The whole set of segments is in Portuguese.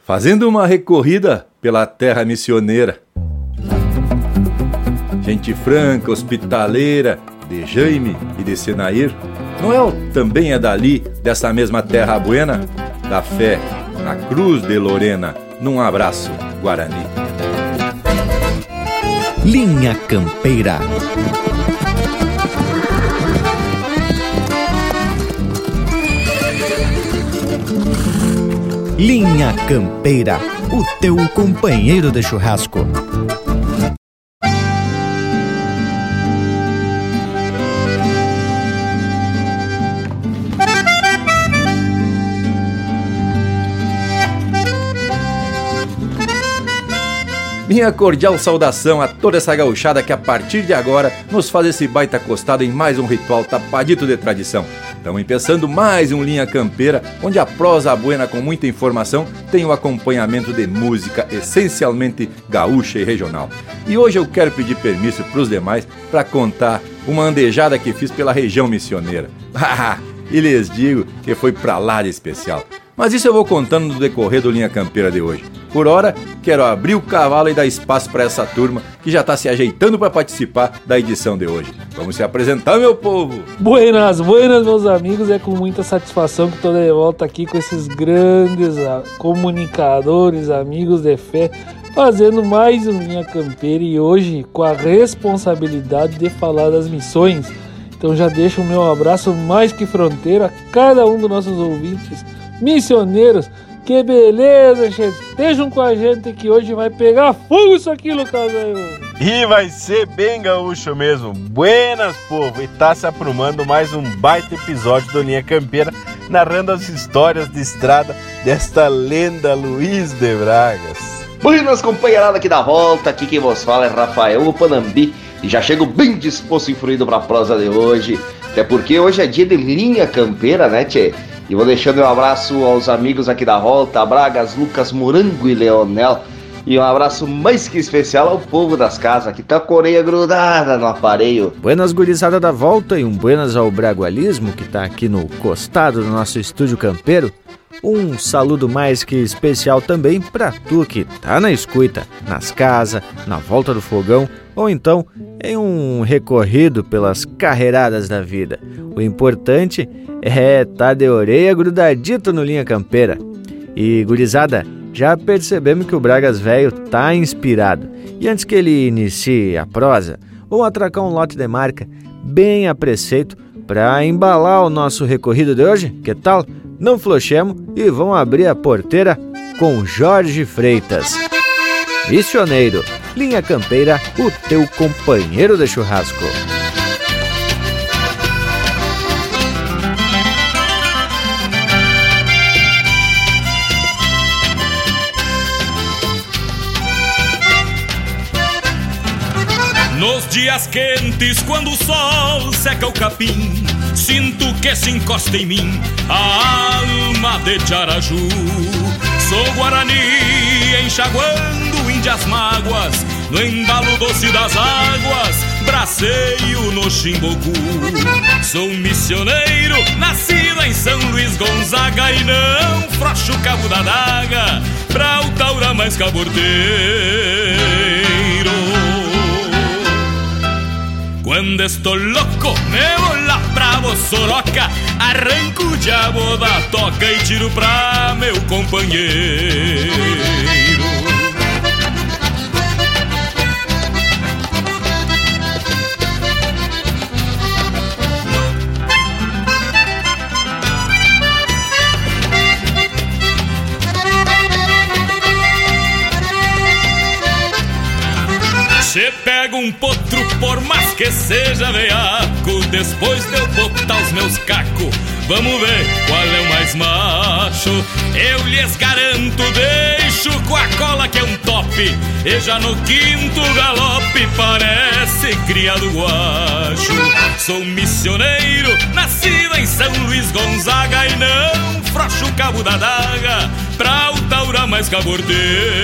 fazendo uma recorrida pela terra missioneira. Gente franca, hospitaleira, de Jaime e de Senair. Noel também é dali, dessa mesma terra buena, da fé na cruz de Lorena, num abraço, Guarani. Linha Campeira. Linha Campeira, o teu companheiro de churrasco. Minha cordial saudação a toda essa gauchada que a partir de agora nos faz esse baita costado em mais um ritual tapadito de tradição. Estamos empeçando mais um Linha Campeira, onde a prosa buena com muita informação tem o acompanhamento de música essencialmente gaúcha e regional. E hoje eu quero pedir permisso para os demais para contar uma andejada que fiz pela região missioneira. E lhes digo que foi pra lá de especial. Mas isso eu vou contando no decorrer do Linha Campeira de hoje. Por hora, quero abrir o cavalo e dar espaço para essa turma que já está se ajeitando para participar da edição de hoje. Vamos se apresentar, meu povo! Buenas, meus amigos. É com muita satisfação que estou de volta aqui com esses grandes comunicadores, amigos de fé, fazendo mais um Linha Campeira e hoje com a responsabilidade de falar das missões. Então já deixo o meu abraço mais que fronteiro a cada um dos nossos ouvintes missioneiros. Que beleza, gente! Estejam com a gente que hoje vai pegar fogo isso aqui, Lucas. E vai ser bem gaúcho mesmo. Buenas, povo! E tá se aprumando mais um baita episódio do Linha Campeira, narrando as histórias de estrada desta lenda Luiz de Bragas. Buenas, companheirada aqui da volta. Aqui quem vos fala é Rafael Panambi. E já chego bem disposto e influído pra prosa de hoje. Até porque hoje é dia de Linha Campeira, né, tchê? E vou deixando um abraço aos amigos aqui da volta, Bragas, Lucas, Morango e Leonel. E um abraço mais que especial ao povo das casas, que tá com a orelha grudada no aparelho. Buenas, gurizada da volta, e um buenas ao Bragualismo, que tá aqui no costado do nosso estúdio campeiro. Um saludo mais que especial também pra tu que tá na escuta, nas casas, na volta do fogão, ou então em um recorrido pelas carreiradas da vida. O importante é tá de orelha grudadito no Linha Campeira. E gurizada, já percebemos que o Bragas velho tá inspirado. E antes que ele inicie a prosa, vamos atracar um lote de marca bem a preceito para embalar o nosso recorrido de hoje. Que tal? Não flochemos e vamos abrir a porteira com Jorge Freitas. Missioneiro, Linha Campeira, o teu companheiro de churrasco. Nos dias quentes, quando o sol seca o capim, sinto que se encosta em mim a alma de Tiaraju. Sou Guarani enxaguando índias mágoas, no embalo doce das águas, braceio no Chimbocu. Sou missioneiro, nascido em São Luís Gonzaga, e não frouxo o cabo da daga pra o taura mais cabordeiro. Quando estou louco, me vou lá pra Bossoroca, arranco o diabo da toca e tiro pra meu companheiro. Cê pega um potro, por mais que seja veaco, depois de eu botar os meus cacos, vamos ver qual é o mais macho. Eu lhes garanto, deixo com a cola que é um top, e já no quinto galope parece criado guacho. Sou missioneiro, nascido em São Luís Gonzaga, e não frouxo o cabo da daga pra o taura mais cabordeiro.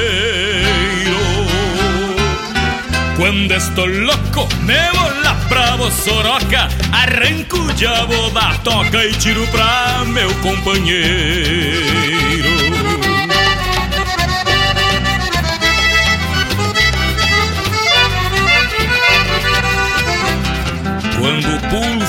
Quando estou louco, me vou lá pra Bossoroca, arranco o diabo da toca e tiro pra meu companheiro.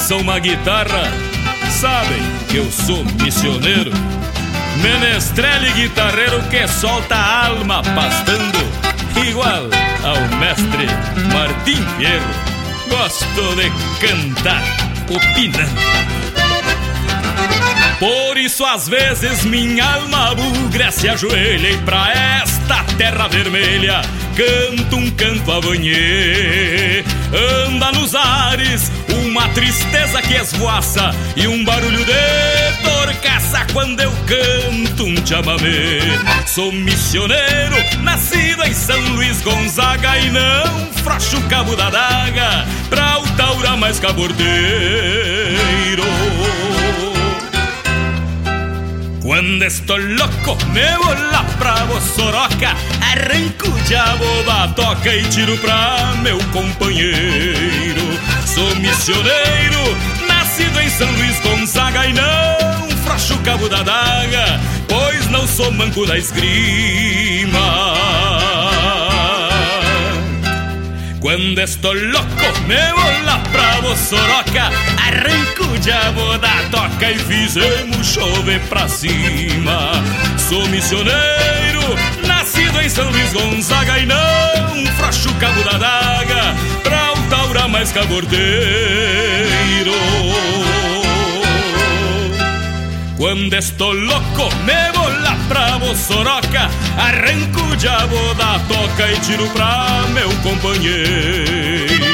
lançam uma guitarra, sabem que eu sou missioneiro. Menestrel e guitarreiro que solta a alma pastando, igual ao mestre Martim Fierro. Gosto de cantar opinando. Por isso às vezes minha alma bugra se ajoelha e pra esta terra vermelha canto um canto avanhê. Anda nos ares uma tristeza que esvoaça e um barulho de torcaça quando eu canto um chamamé. Sou missioneiro, nascido em São Luís Gonzaga, e não frouxo o cabo da daga pra o taura mais cabordeiro. Quando estou louco, me vou lá pra Bossoroca, arranco o diabo da toca e tiro pra meu companheiro. Sou missioneiro, nascido em São Luís Gonzaga, e não frouxo o cabo da daga, pois não sou manco da esgrima. Quando estou louco, me vou lá pra Bossoroca, arranco o diabo da toca e fizemos chover pra cima. Sou missioneiro, nascido em São Luís Gonzaga, e não frouxo o cabo da daga pra o taura mais cabordeiro. Quando estou louco, me vou lá pra Bossoroca, arranco o diabo da toca e tiro pra meu companheiro.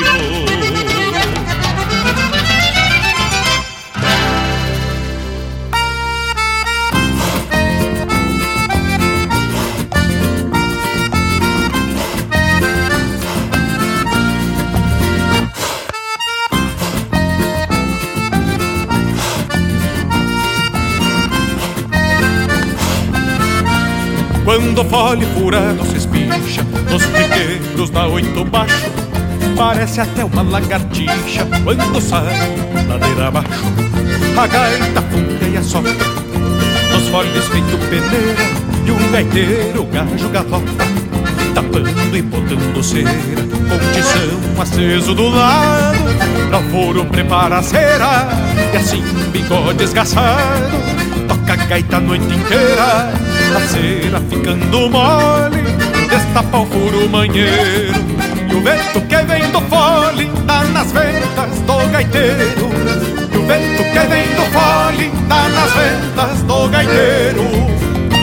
Quando o fole furado se espincha nos piqueiros da oito baixo, parece até uma lagartixa quando sai ladeira abaixo. A gaita funkeia só nos foles feito peneira, e um gaiteiro gajo galopa, tapando e botando cera, com tição aceso do lado, pra foro prepara a cera, e assim bigode esgaçado, toca a gaita a noite inteira. A cera ficando mole, destapa o furo manheiro, e o vento que vem do fole tá nas ventas do gaiteiro. E o vento que vem do fole tá nas ventas do gaiteiro.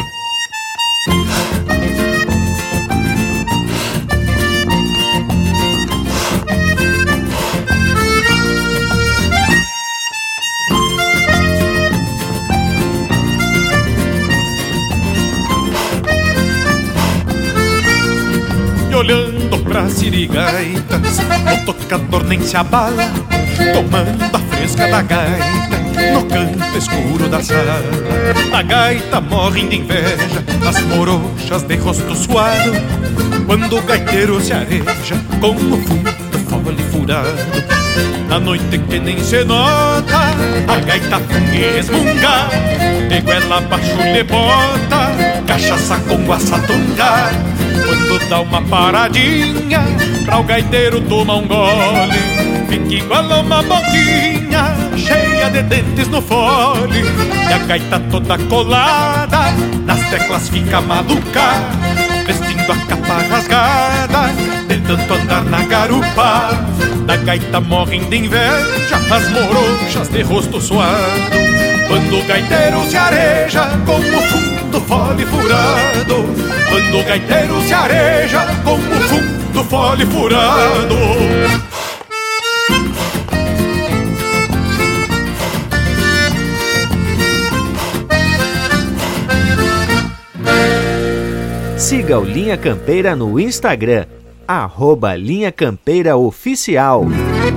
Olhando pra sirigaitas, o tocador nem se abala, tomando a fresca da gaita no canto escuro da sala. A gaita morre de inveja nas morochas de rosto suado, quando o gaiteiro se areja com o fundo fole furado. Na noite que nem se nota, a gaita funga e resmunga, de goela abaixo lhe bota cachaça com guaçatonga. Quando dá uma paradinha pra o gaiteiro tomar um gole, fica igual a uma boquinha cheia de dentes no fole. E a gaita toda colada nas teclas fica maluca, vestindo a capa rasgada de tanto andar na garupa. Da gaita morrem de inveja as morochas de rosto suado, quando o gaiteiro se areja com o fundo fole furado. Quando o gaiteiro se areja com o fundo fole furado. Siga o Linha Campeira no Instagram, @Linha Campeira Oficial.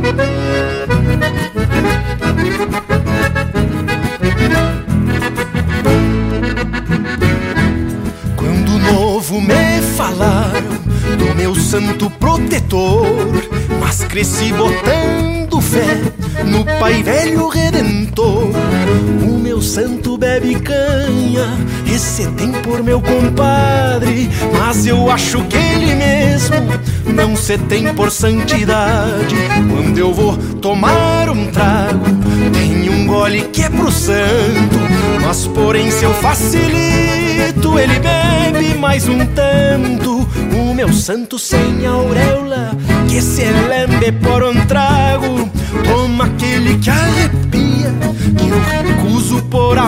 Quando novo me falaram do meu santo protetor, mas cresci botando fé no Pai Velho Redentor. O meu santo bebe canha, esse tem por meu compadre, mas eu acho que ele mesmo não se tem por santidade. Quando eu vou tomar um trago, tem um gole que é pro santo, mas porém se eu facilito, ele bebe mais um tanto. O meu santo sem auréola, que se lembre por um trago, toma aquele que arrepia, que eu recuso por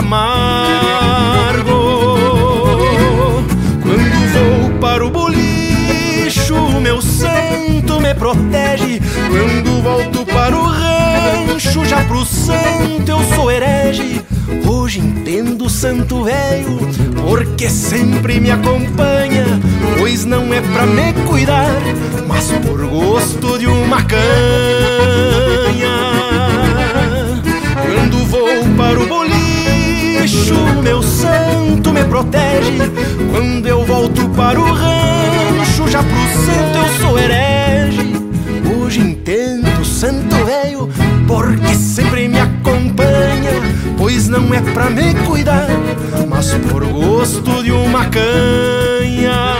amargo. Quando vou para o bolicho, o meu santo me protege. Quando volto para o rancho, já pro santo eu sou herege. Hoje entendo o santo velho, porque sempre me acompanha, pois não é pra me cuidar, mas por gosto de uma canha. Quando vou para o bolicho, meu santo me protege. Quando eu volto para o rancho, já pro santo eu sou herege. Hoje entendo o santo velho, porque sempre me acompanha, pois não é pra me cuidar, mas por gosto de uma canha.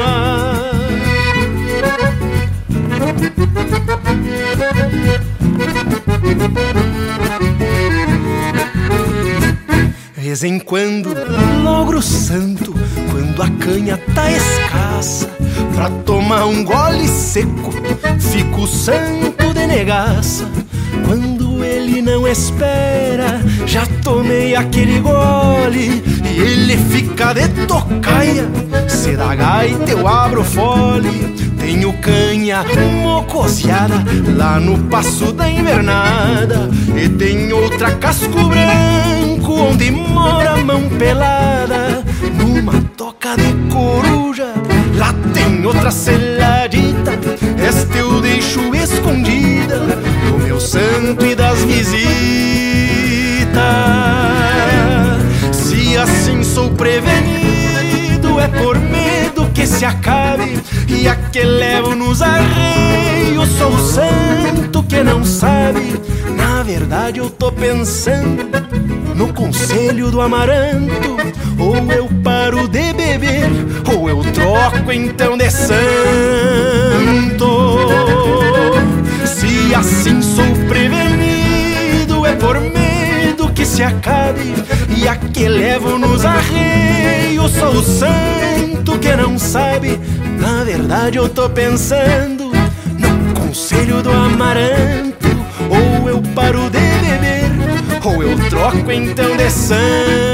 Vez em quando logro santo, quando a canha tá escassa, pra tomar um gole seco, fico santo de negaça. Quando ele não espera, já tomei aquele gole, e ele fica de tocaia. Se dá gaita eu abro fole. Tenho canha mocoseada lá no passo da invernada, e tem outra casco branco onde mora a mão pelada. Numa toca de coruja, lá tem outra seladita, esta eu deixo escondida do meu santo e das visitas. Se assim sou prevenido, é por medo que se acabe, e a que levo nos arreios sou o santo que não sabe. Na verdade eu tô pensando no conselho do amaranto, ou eu paro de beber, ou eu troco então de santo. Se assim sou prevenido, é por medo que se acabe, e a que levo nos arreios sou o santo que não sabe. Na verdade eu tô pensando no conselho do amaranto, ou eu paro de beber, ou eu troco então de santo.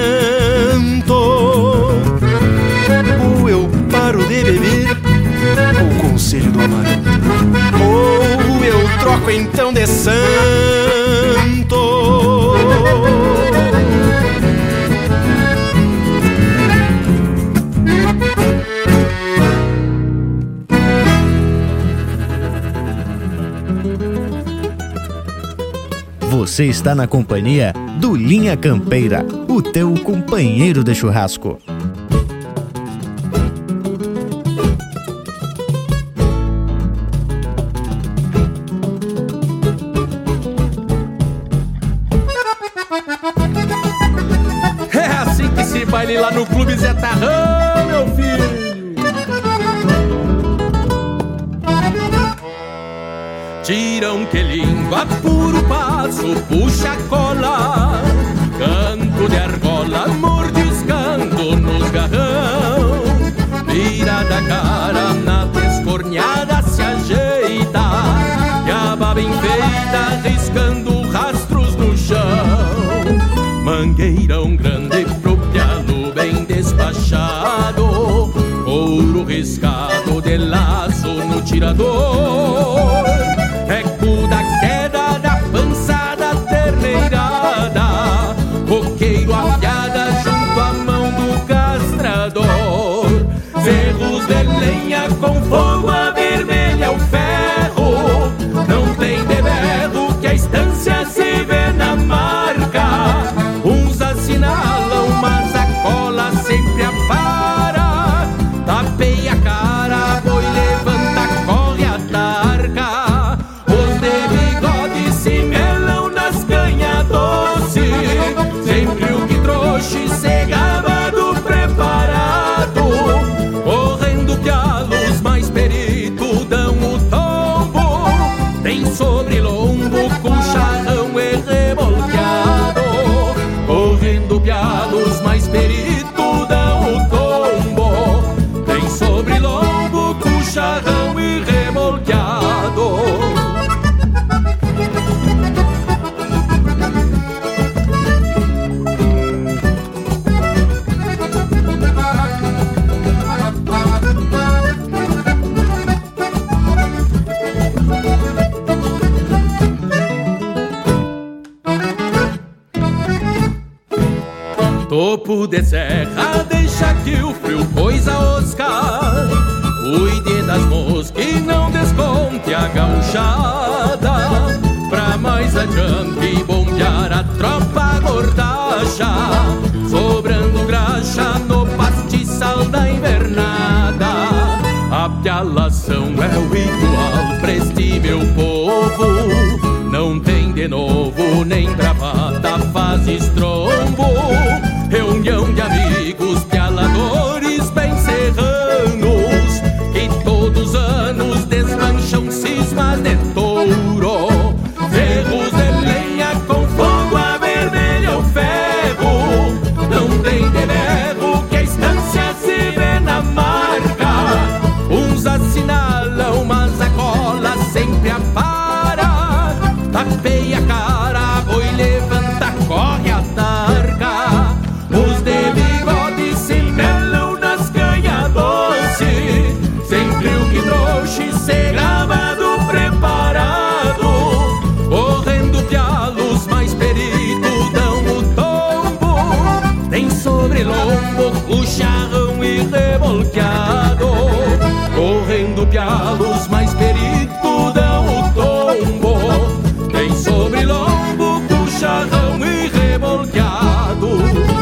Ou eu paro de beber, ou conselho do amaranto, ou eu troco então de santo. Você está na companhia do Linha Campeira, o teu companheiro de churrasco. É assim que se baile lá no Clube Zé Tarrão, meu filho. Tiram que língua, puro passo, puxa cola, canto de argola, mordiscando nos garrão. Vira da cara, na descorneada se ajeita, e a baba enfeita, riscando rastros no chão. Mangueirão grande pro pialo bem despachado, couro riscado de laço no tirador. Eco da queda da pançada terneirada, coqueiro afiada junto à mão do castrador. Ferros de lenha com fogo avermelha o ferro, não tem de berro que a estância se vê na marca. Uns assinalam, mas a cola sempre apara. Tapeia a cara, boi levanta, corre a tarca. Os de bigode se melam topo de serra, deixa que o frio coisa oscar. Cuide das moscas e não desconte a gauchada. Pra mais adiante bombear a tropa gordacha, sobrando graxa no pastiçal da invernada. A pialação é o igual pra este meu povo, não tem de novo nem bravata, faz estrombo. Reunião de amigos, pialadores bem serranos, que todos os anos desmancham cismas de touro. Ferros de lenha com fogo a vermelho o ferro, não tem de berro que a estância se vê na marca. Uns assinalam, mas a cola sempre apara. Tapeia a cara, boi levanta, corre a targa. Os de bigode se melam nas canhas doce, sempre o que trouxe se gravado preparado. Correndo pialos mais peritos dão o tombo, tem sobre lombo o charrão e revolteado. Correndo pialos mais peritos dão o tombo, tem sobre lombo o charrão e revolteado.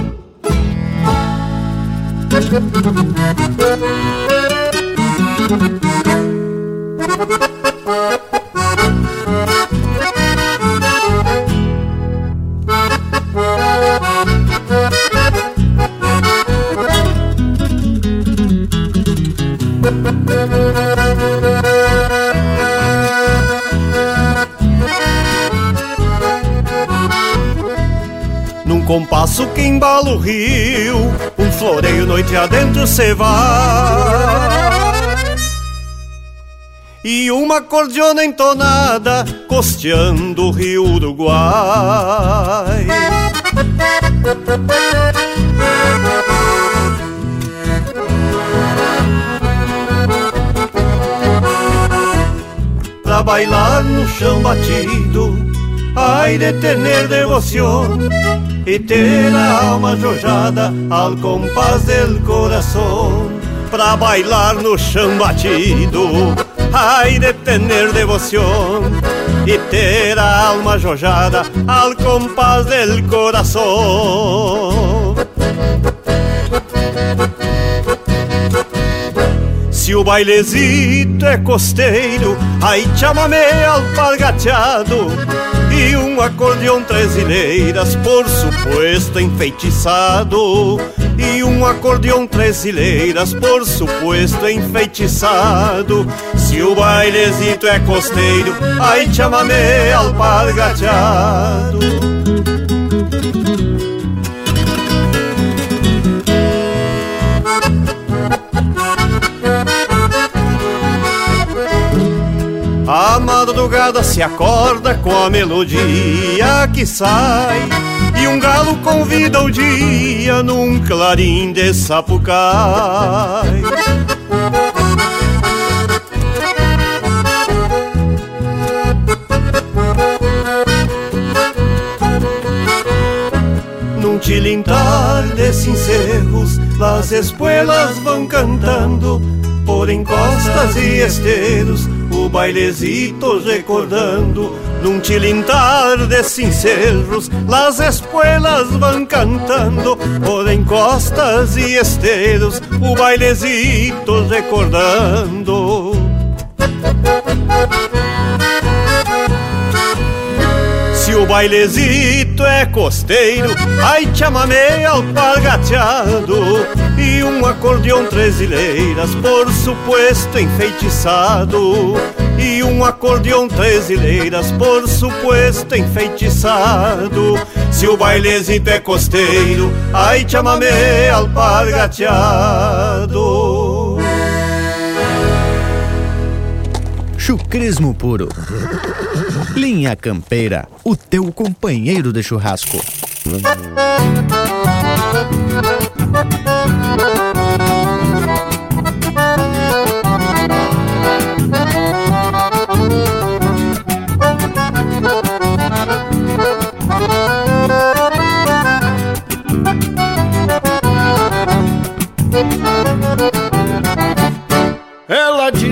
Num compasso que embala o rio, um floreio noite adentro cê vai, e uma cordiona entonada costeando o rio Uruguai. Pra bailar no chão batido, ai de tener devoción y ter a alma jojada al compás del corazón. Pra bailar no chão batido, ai de tener devoción y ter a alma jojada al compás del corazón. Se o bailezito é costeiro, ai chamamé alpargateado e um acordeão três ilheiras, por suposto enfeitiçado. E um acordeão três ilheiras, por suposto enfeitiçado. Se o bailezito é costeiro, ai chamamé alpargateado. A madrugada se acorda com a melodia que sai, e um galo convida o dia num clarim de sapucai. Num tilintar de cincerros, las espuelas vão cantando por encostas e esteiros, o bailezito recordando. Num tilintar de cincerros, las espuelas vão cantando por encostas e esteiros, o bailezito recordando. Se o bailezito é costeiro, ai chamamé alpargateado e um acordeão três ilheiras, por suposto enfeitiçado. E um acordeão três ilheiras, por suposto enfeitiçado. Se o bailezito é costeiro, ai chamamé alpargateado. Chucrismo puro. Linha Campeira, o teu companheiro de churrasco.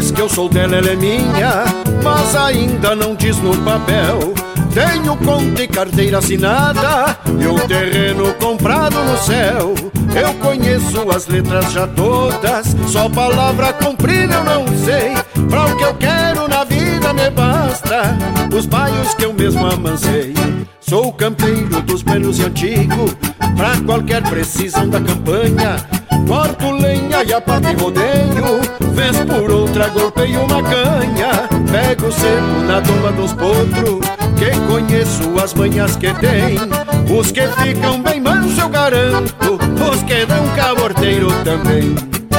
diz que eu sou dela, ela é minha, mas ainda não diz no papel. Tenho conta e carteira assinada e um terreno comprado no céu. Eu conheço as letras já todas, só palavra comprida eu não sei. Pra o que eu quero na vida me basta os baios que eu mesmo amancei. Sou campeiro dos velhos e antigos, pra qualquer precisão da campanha. Corto lenha e a parte rodeio, vez por outra golpeio uma canha. Pego seco na tomba dos potros, que conheço as manhas que tem. Os que ficam bem manso eu garanto, os que dão caborteiro também.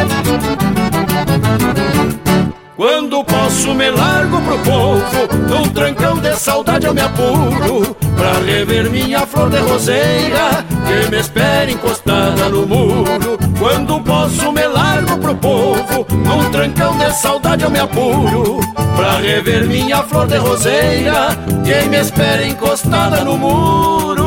Quando posso me largo pro povo, num trancão de saudade eu me apuro, pra rever minha flor de roseira, que me espera encostada no muro. Quando posso me largo pro povo, num trancão de saudade eu me apuro, pra rever minha flor de roseira, que me espera encostada no muro.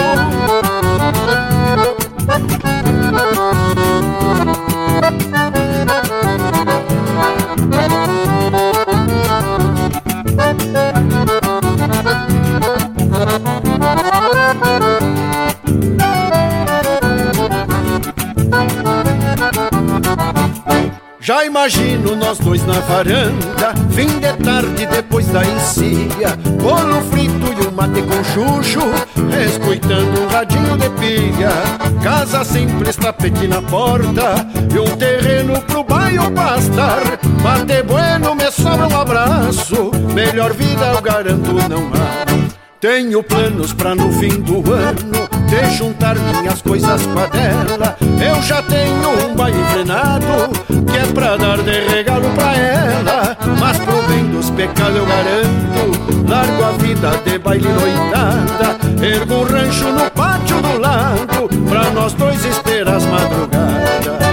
Já imagino nós dois na varanda, fim de tarde depois da encilha, bolo frito e um mate com chuchu, escutando um radinho de pilha. Casa simples, tapete na porta e um terreno pro bairro pastar. Mate bueno, me sobra um abraço, melhor vida eu garanto não há. Tenho planos pra no fim do ano de juntar minhas coisas com a dela. Eu já tenho um baile enfrenado, que é pra dar de regalo pra ela. Mas pro bem dos pecados eu garanto, largo a vida de baile noitada, ergo um rancho no pátio do lado, pra nós dois esperar as madrugadas.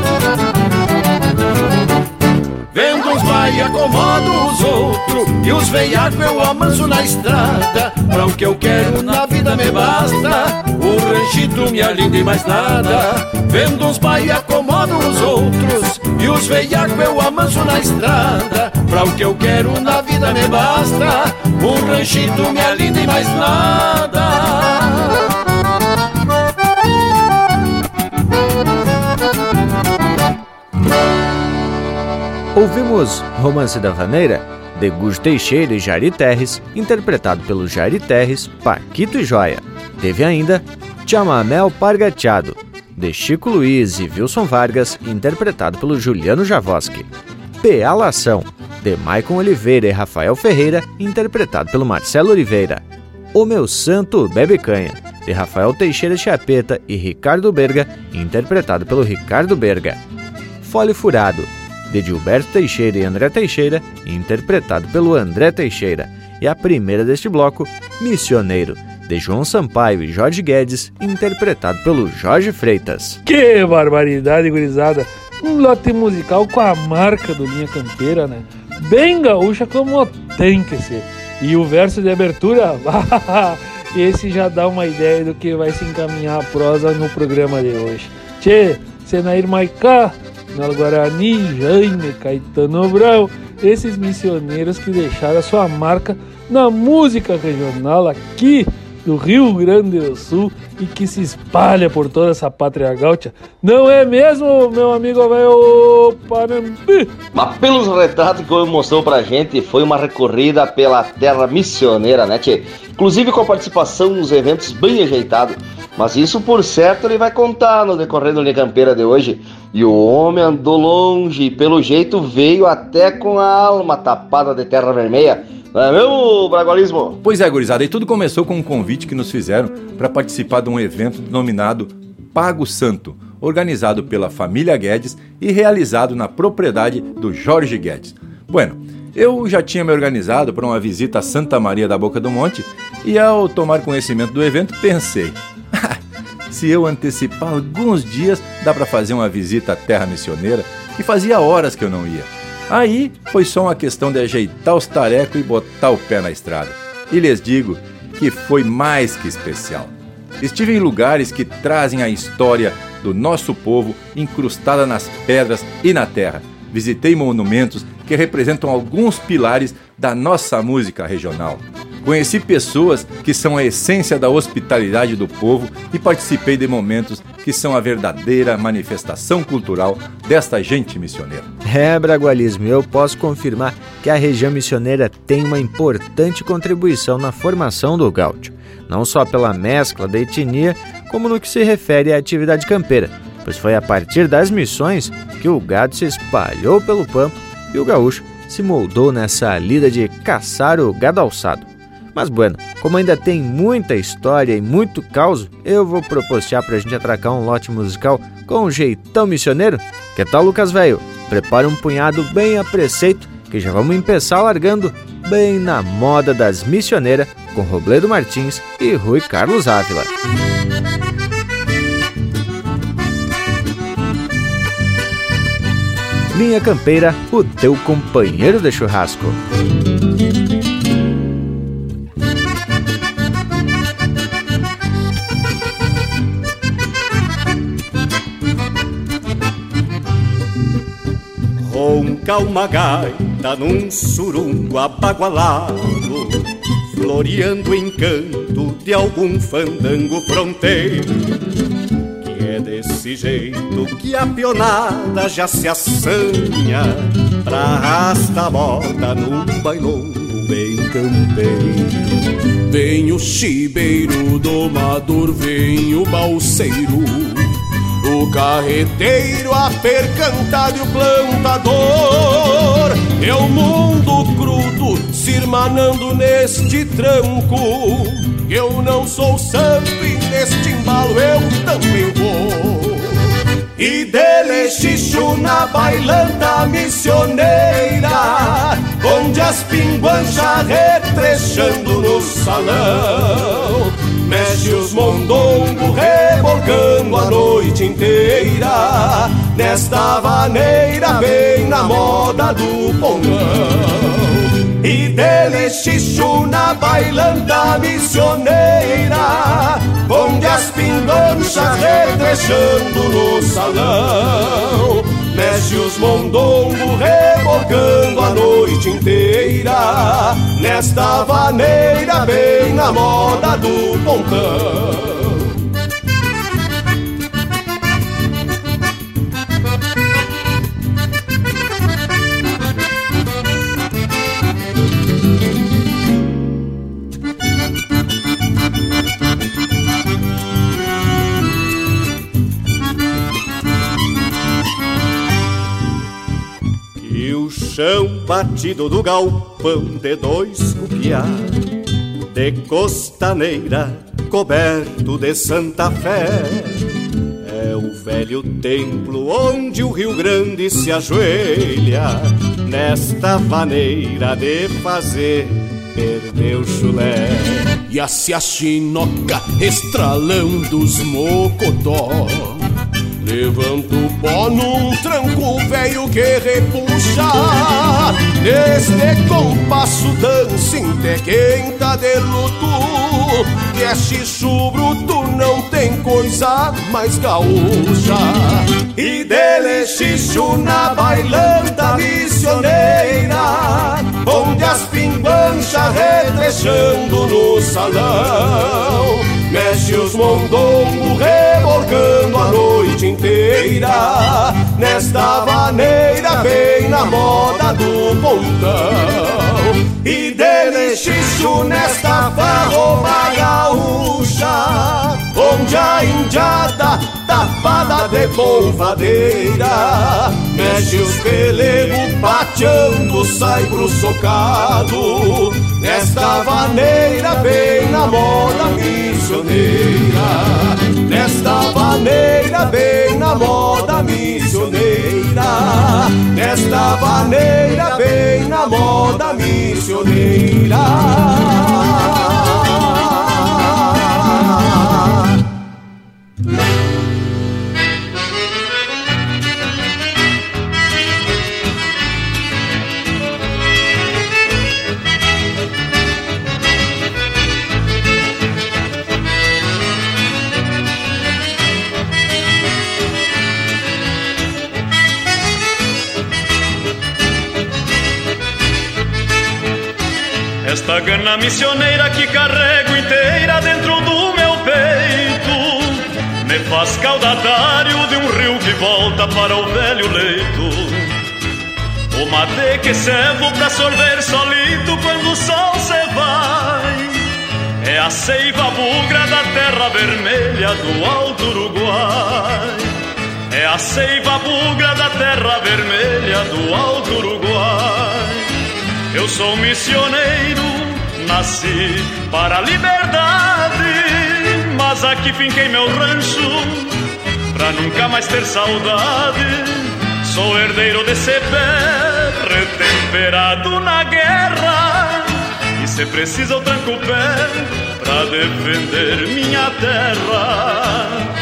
Vendo uns vai e acomodo os outros, e os veiacos eu amanso na estrada. Pra o que eu quero na vida me basta um ranchito, minha linda e mais nada. Vendo uns vai e acomodo os outros, e os veiacos eu amanso na estrada. Pra o que eu quero na vida me basta um ranchito, minha linda e mais nada. Ouvimos Romance da Vaneira, de Gujo Teixeira e Jari Terres, interpretado pelo Jari Terres, Paquito e Joia. Teve ainda Chamamé Pargateado, de Chico Luiz e Wilson Vargas, interpretado pelo Juliano Javoski. Pealação, de Maicon Oliveira e Rafael Ferreira, interpretado pelo Marcelo Oliveira. O Meu Santo Bebe Canha, de Rafael Teixeira Chapeta e Ricardo Berga, interpretado pelo Ricardo Berga. Fole Furado, de Gilberto Teixeira e André Teixeira, interpretado pelo André Teixeira. E a primeira deste bloco, Missioneiro, de João Sampaio e Jorge Guedes, interpretado pelo Jorge Freitas. Que barbaridade, gurizada! Um lote musical com a marca do Linha Campeira, né? Bem gaúcha como tem que ser. E o verso de abertura, esse já dá uma ideia do que vai se encaminhar a prosa no programa de hoje. Tchê, Senair Maicá, Nalo Guarani, Jaime, Caetano Brau, esses missioneiros que deixaram a sua marca na música regional aqui do Rio Grande do Sul e que se espalha por toda essa pátria gaúcha. Não é mesmo, meu amigo velho Panambi? Mas pelos retratos que o homem mostrou pra gente, foi uma recorrida pela terra missioneira, né, tchê? Inclusive com a participação nos eventos bem ajeitado. Mas isso, por certo, ele vai contar no decorrer do Linha Campeira de hoje. E o homem andou longe e, pelo jeito, veio até com a alma tapada de terra vermelha. Não é mesmo, Bragualismo? Pois é, gurizada, e tudo começou com um convite que nos fizeram para participar de um evento denominado Pago Santo, organizado pela família Guedes e realizado na propriedade do Jorge Guedes. Bueno, eu já tinha me organizado para uma visita a Santa Maria da Boca do Monte e, ao tomar conhecimento do evento, pensei... Se eu antecipar alguns dias, dá para fazer uma visita à terra missioneira, que fazia horas que eu não ia. Aí foi só uma questão de ajeitar os tarecos e botar o pé na estrada. E lhes digo que foi mais que especial. Estive em lugares que trazem a história do nosso povo incrustada nas pedras e na terra. visitei monumentos que representam alguns pilares da nossa música regional. Conheci pessoas que são a essência da hospitalidade do povo e participei de momentos que são a verdadeira manifestação cultural desta gente missioneira. Bragualismo, eu posso confirmar que a região missioneira tem uma importante contribuição na formação do gaúcho, não só pela mescla da etnia, como no que se refere à atividade campeira, pois foi a partir das missões que o gado se espalhou pelo pampa e o gaúcho se moldou nessa lida de caçar o gado alçado. Mas bueno, como ainda tem muita história e muito caos, eu vou propostear pra gente atracar um lote musical com um jeitão missioneiro. Que tal, Lucas Velho? Prepara um punhado bem a preceito, que já vamos empeçar largando bem na moda das missioneiras com Robledo Martins e Rui Carlos Ávila. Linha Campeira, o teu companheiro de churrasco. Ronca uma gaita num surungo abagualado, floreando o encanto de algum fandango fronteiro. Que é desse jeito que a pionada já se assanha pra arrastar a moda num bailongo bem campeiro. Vem o chibeiro, o domador, vem o balseiro, o carreteiro, a percantada e o plantador. É o mundo crudo se irmanando neste tranco. Eu não sou santo e neste embalo eu também vou. E dele xixo na bailanta missioneira, onde as pinguanchas retrechando no salão mexe os mondongos rebolcando a noite inteira, nesta vaneira bem na moda do pongão. E dele xixo na bailanta missioneira, onde as pinganchas retrechando no salão mexe os mondongos rebolcando a noite inteira, nesta vaneira bem na moda do pontão. Chão batido do galpão de dois cupiá, de costaneira coberto de Santa Fé. É o velho templo onde o Rio Grande se ajoelha, nesta maneira de fazer perder o chulé. E a chinoca estralando os mocotó, levanta o pó num tranco velho que repuxa. Neste compasso dança até quem tá de luto, que é xixo bruto, não tem coisa mais gaúcha. E dele xixo na bailanta missioneira, onde as pinguanchas retrechando no salão mexe os mondongos rebolcando a noite inteira, nesta vaneira bem na moda do pontão. E dele xixo nesta farroba gaúcha, onde a indiada tapada de polvadeira mexe os pelegos pateando, sai pro socado, nesta vaneira bem na moda missioneira, nesta vaneira bem na moda missioneira, nesta vaneira bem na moda missioneira. Esta gana missioneira que carrego inteira dentro do meu peito me faz caudatário de um rio que volta para o velho leito. O mate que servo pra sorver solito quando o sol se vai é a seiva bugra da terra vermelha do Alto Uruguai. É a seiva bugra da terra vermelha do Alto Uruguai. Eu sou missioneiro, nasci para a liberdade, mas aqui finquei meu rancho pra nunca mais ter saudade. Sou herdeiro desse pé, retemperado na guerra, e se precisa eu tranco o pé pra defender minha terra.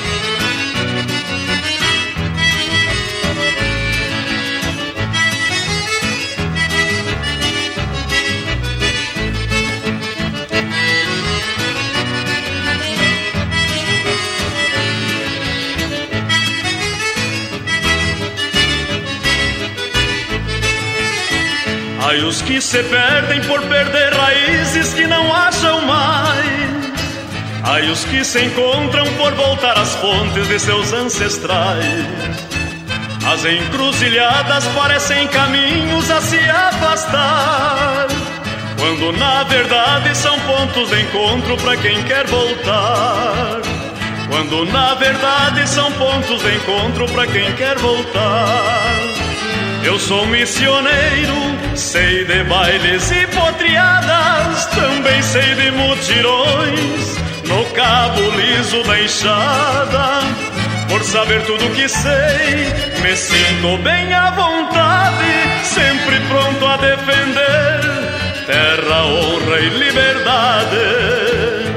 Ai, os que se perdem por perder raízes que não acham mais. Ai, os que se encontram por voltar às fontes de seus ancestrais. As encruzilhadas parecem caminhos a se afastar, quando na verdade são pontos de encontro para quem quer voltar. Quando na verdade são pontos de encontro para quem quer voltar. Eu sou missioneiro, sei de bailes e potriadas, também sei de mutirões no cabo liso da enxada. Por saber tudo que sei, me sinto bem à vontade, sempre pronto a defender terra, honra e liberdade.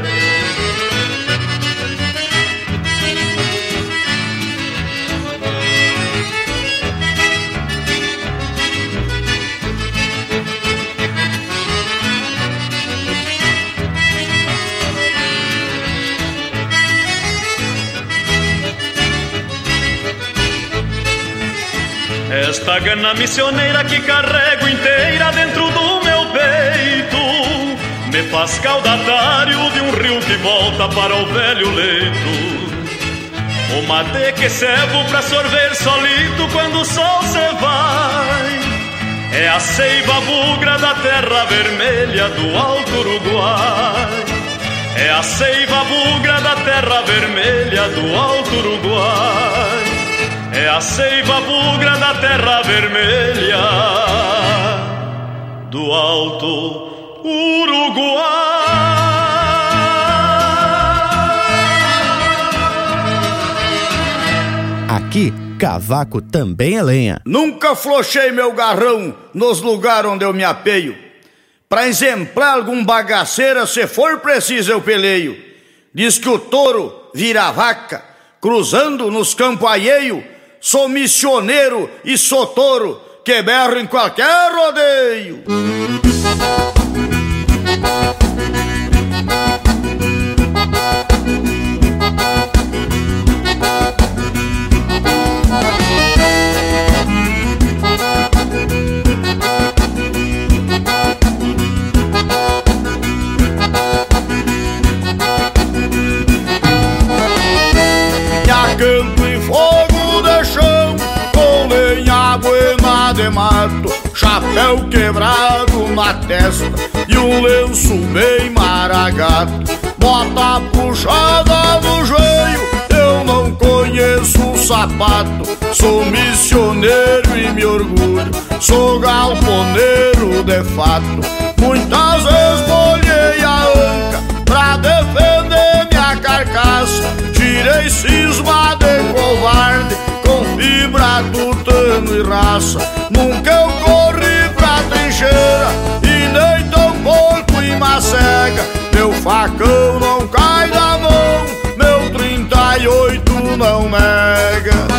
Esta gana missioneira que carrego inteira dentro do meu peito me faz caudatário de um rio que volta para o velho leito. O mate que servo pra sorver solito quando o sol se vai é a seiva bugra da terra vermelha do Alto Uruguai. É a seiva bugra da terra vermelha do Alto Uruguai. É a seiva bugra da terra vermelha do Alto Uruguai. Aqui, cavaco também é lenha. Nunca flochei meu garrão nos lugares onde eu me apeio. Pra exemplar algum bagaceira, se for preciso eu peleio. Diz que o touro vira vaca, cruzando nos campos alheio. Sou missioneiro e sou touro que berro em qualquer rodeio. Campo e fogo de chão, com lenha buena de mato, chapéu quebrado na testa e um lenço bem maragato, bota puxada no joelho, eu não conheço um sapato. Sou missioneiro e me orgulho, sou galponeiro de fato. Muitas vezes molhei a anca pra defender minha carcaça, tirei cisma de covarde com fibra, tutano e raça. Nunca eu corri pra trincheira e nem tão pouco em macega. Meu facão não cai da mão, meu 38 não nega.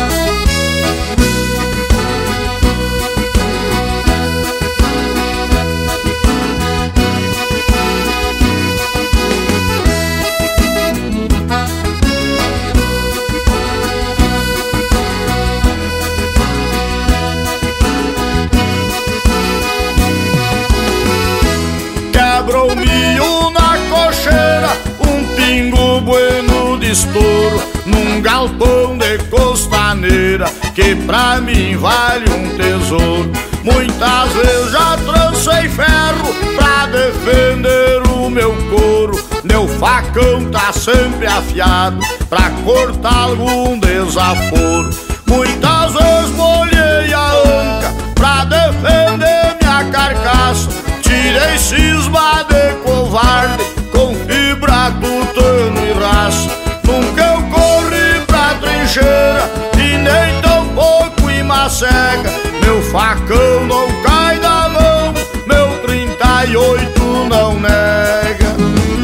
bueno de estouro num galpão de costaneira, que pra mim vale um tesouro. Muitas vezes já trancei ferro pra defender o meu couro. Meu facão tá sempre afiado pra cortar algum desaforo. Muitas vezes molhei a anca pra defender minha carcaça. Tirei cisma de covarde com fibra, tutano e raça. Nunca eu corri pra trincheira e nem tão pouco em macega. Meu facão não cai da mão, meu 38 não nega.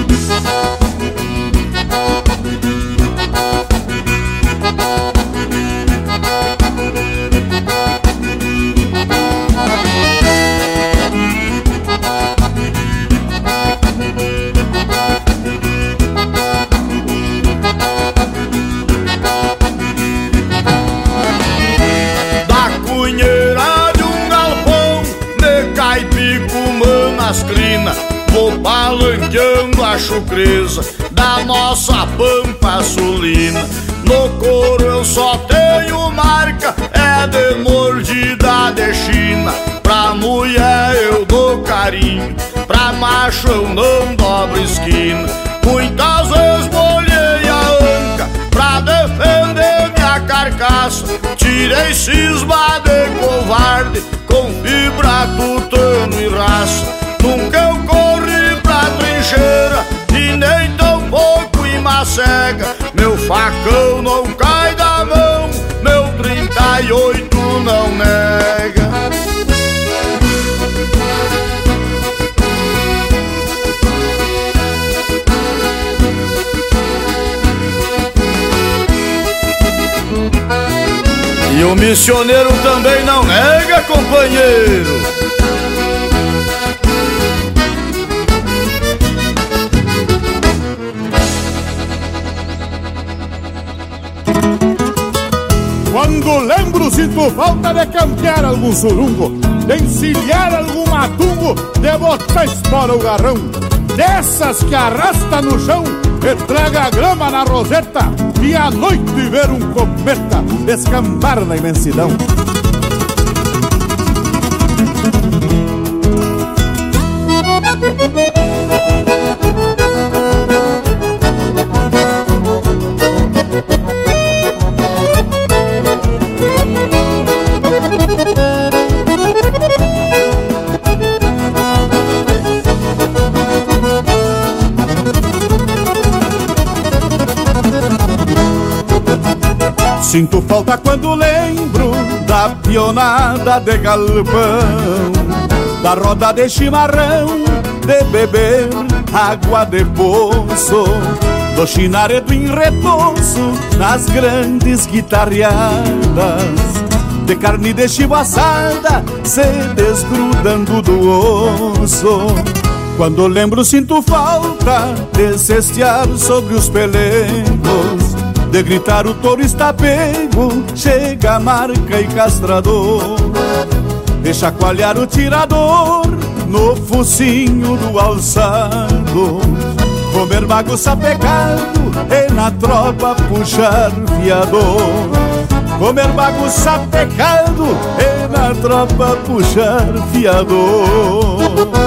As crinas, vou palanqueando a chucreza da nossa pampa sulina. No couro eu só tenho marca, é de mordida de China. Pra mulher eu dou carinho, pra macho eu não dobro esquina. Muitas vezes molhei a anca pra defender minha carcaça. Tirei cisma de covarde com fibra, tutano e raça. Nunca eu corri pra trincheira e nem tão pouco em macega. Meu facão não cai da mão, meu 38 não nega. E o missioneiro também não nega, companheiro. Quando lembro, sinto falta de campear algum surungo, de encilhar algum matungo, de botar espora o garrão, dessas que arrasta no chão e traga a grama na roseta, e à noite ver um cometa descambar na imensidão. Sinto falta quando lembro da pionada de galpão, da roda de chimarrão, de beber água de poço, do chinaredo em retoço nas grandes guitarreadas, de carne de chivo assada se desgrudando do osso. Quando lembro sinto falta de cestear sobre os pelegos, de gritar o touro está pego, chega marca e castrador, de chacoalhar o tirador no focinho do alçado, comer bago sapecado e na tropa puxar fiador. Comer bago sapecado e na tropa puxar fiador.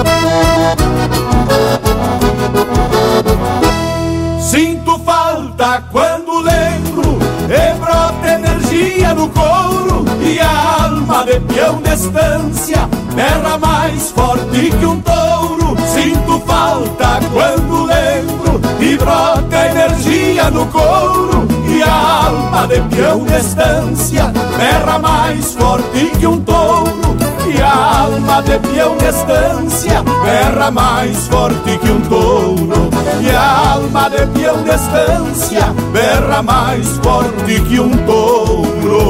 Sinto falta quando lembro e brota energia no couro, e a alma de peão de estância berra mais forte que um touro. Sinto falta quando lembro e brota energia no couro, e a alma de peão de estância berra mais forte que um touro. E a alma de peão de estância berra mais forte que um touro. E a alma de peão de estância berra mais forte que um touro.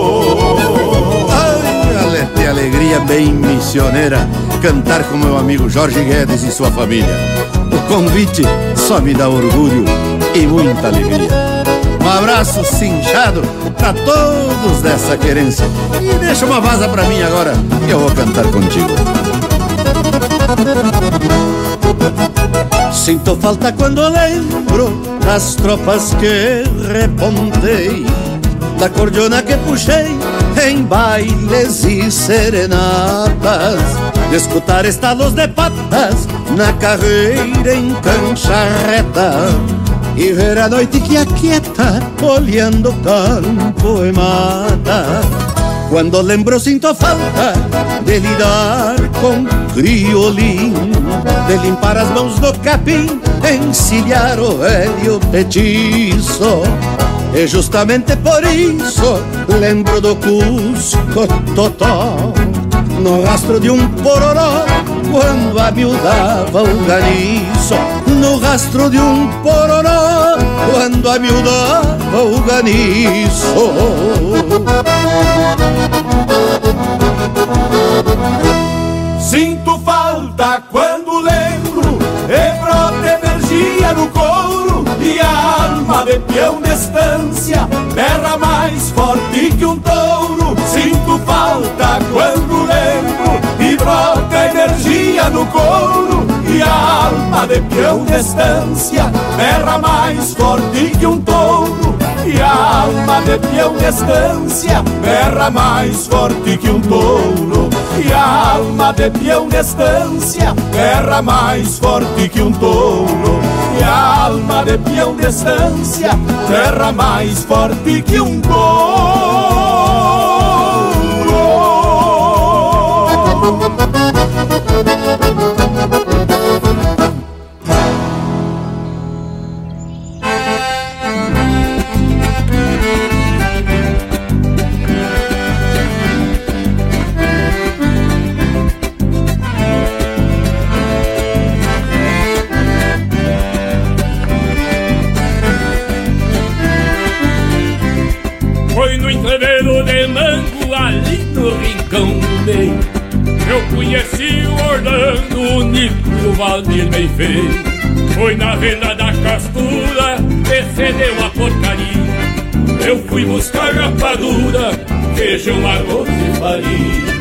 Ai, que alegria bem missioneira cantar com meu amigo Jorge Guedes e sua família. O convite só me dá orgulho e muita alegria. Um abraço cinchado pra todos dessa querência. E deixa uma vaza pra mim agora, que eu vou cantar contigo. Sinto falta quando lembro das tropas que repontei, da cordiona que puxei em bailes e serenatas, de escutar estalos de patas na carreira em cancha reta, e ver a noite que aquieta olhando campo e mata. Quando lembro sinto falta de lidar com criolim, de limpar as mãos do capim, encilhar o velho petiço. E justamente por isso lembro do Cusco Totó, no rastro de um pororó, quando amiudava o ganiço. No rastro de um pororó, quando amiudava o ganiço. Sinto falta quando lembro e brota energia no couro, e a alma de peão de estância berra mais forte que um touro. Sinto falta quando lembro e brota energia no couro, e a alma de peão de estância berra mais forte que um touro. E a alma de peão de estância berra mais forte que um touro. E a alma de peão de estância berra mais forte que um touro. E a alma de peão de estância berra mais forte que um touro. Foi no entreveiro de Mango, ali no rincão do meio, eu conheci o Orlando, o Nico e o Valdir bem feio. Foi na venda da Castura que cedeu a porcaria, eu fui buscar rapadura, feijão, arroz e farinha.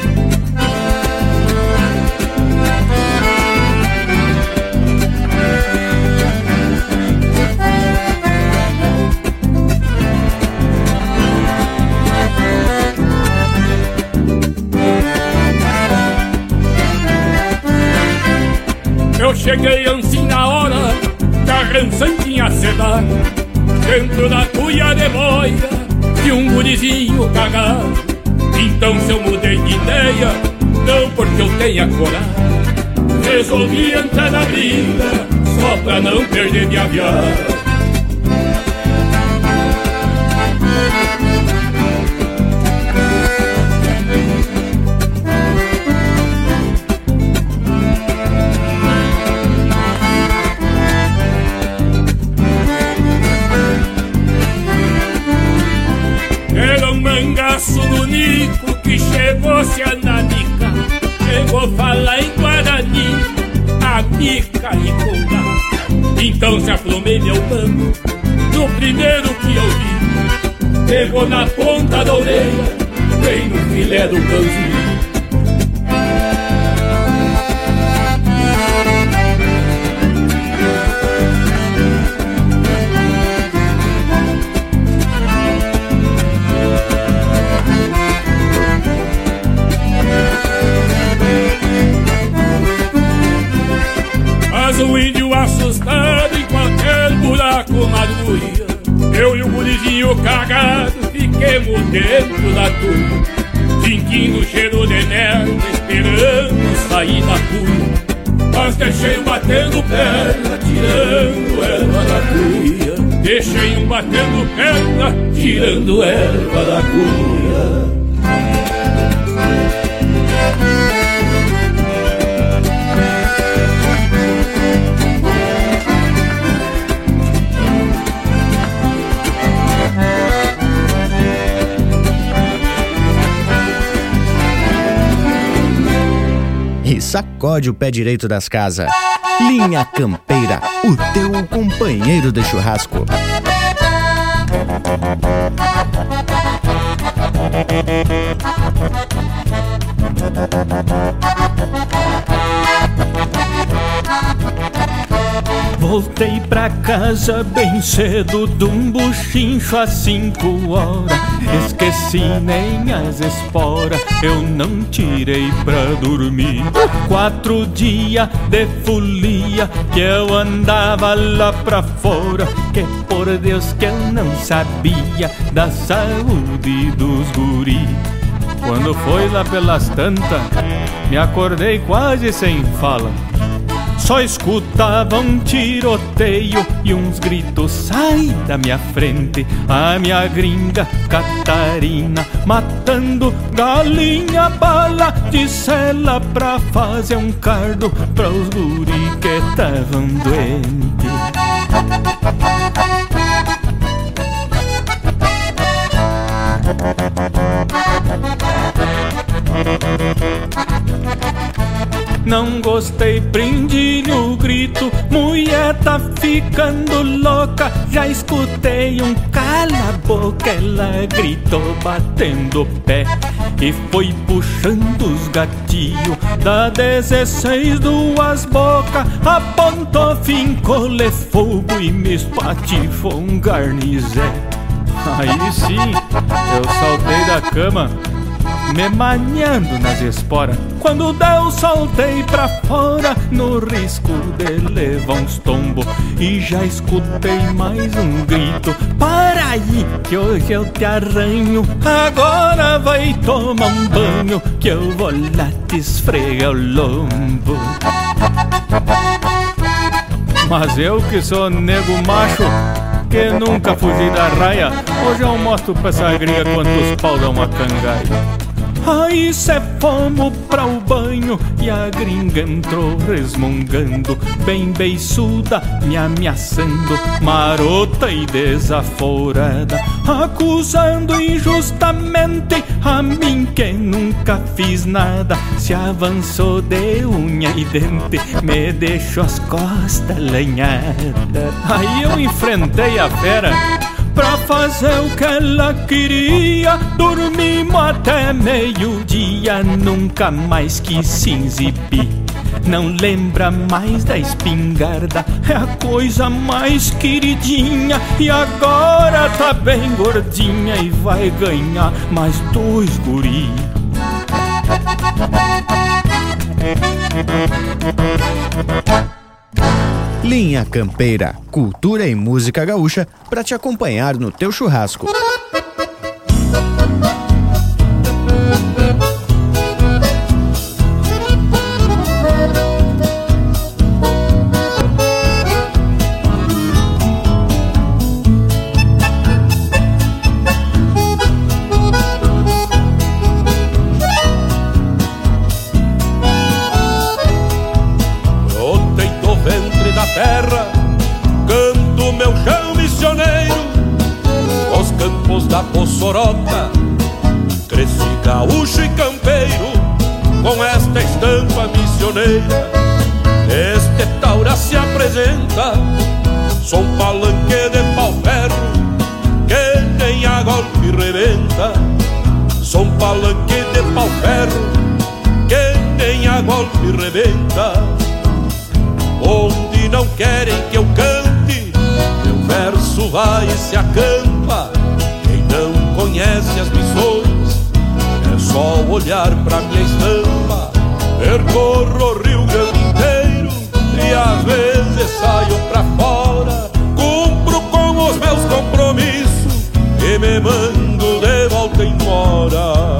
Eu cheguei assim na hora da rançantinha cedar, dentro da cuia de boia de um gurizinho cagado. Então se eu mudei de ideia, não porque eu tenha coragem, resolvi entrar na briga só pra não perder minha viagem. No Nico que chegou-se a nanica, chegou a falar em Guarani, a mica e condá. Então se aplomei meu banco no primeiro que eu vi, pegou na ponta da orelha, bem no filé do cãozinho. O índio assustado em qualquer buraco marguia, eu e o gurizinho cagado fiquemos dentro da turma, sentindo o cheiro de merda, esperando sair da cuia. Mas deixei um batendo perna, tirando erva da cuia. Deixei um batendo perna, tirando erva da cuia. E sacode o pé direito das casas. Linha Campeira, o teu companheiro de churrasco. Voltei pra casa bem cedo de um buchincho às 5 horas. Esqueci nem as esporas, eu não tirei pra dormir. 4 dias de folia que eu andava lá pra fora, que por Deus que eu não sabia da saúde dos guri. Quando foi lá pelas tantas, me acordei quase sem fala. Só escutava um tiroteio e uns gritos: sai da minha frente. A minha gringa Catarina matando galinha bala, disse ela pra fazer um cardo pra os guri que estavam doentes. Não gostei, prendi-lhe o grito, mulher tá ficando louca. Já escutei um cala a boca, ela gritou batendo o pé e foi puxando os gatilhos da 16 duas bocas. Apontou, fincou-lhe fogo e me espatifou um garnizé. Aí sim, eu saltei da cama, me manhando nas esporas. Quando deu, soltei pra fora, no risco de levar uns tombos. E já escutei mais um grito: para aí, que hoje eu te arranho. Agora vai tomar um banho, que eu vou lá te esfregar o lombo. Mas eu que sou nego macho, que nunca fugi da raia, hoje eu mostro pra essa gringa quantos pau dá uma cangaia. Aí cê fomos pra o banho e a gringa entrou resmungando, bem beiçuda, me ameaçando, marota e desaforada, acusando injustamente a mim que nunca fiz nada. Se avançou de unha e dente, me deixou as costas lanhadas. Aí eu enfrentei a fera pra fazer o que ela queria. Dormimos até meio-dia, nunca mais quis se exibir. Não lembra mais da espingarda, é a coisa mais queridinha. E agora tá bem gordinha e vai ganhar mais 2 guri. Linha Campeira, cultura e música gaúcha para te acompanhar no teu churrasco. Da Possorota, cresci gaúcho e campeiro, com esta estampa missioneira. Este taura se apresenta, sou um palanque de pau-ferro, que nem a golpe rebenta. Sou um palanque de pau-ferro, que nem a golpe rebenta. Onde não querem que eu cante, meu verso vai e se acampa. Não conhece as missões, é só olhar pra minha estampa. Percorro o Rio Grande inteiro e às vezes saio pra fora. Cumpro com os meus compromissos e me mando de volta embora.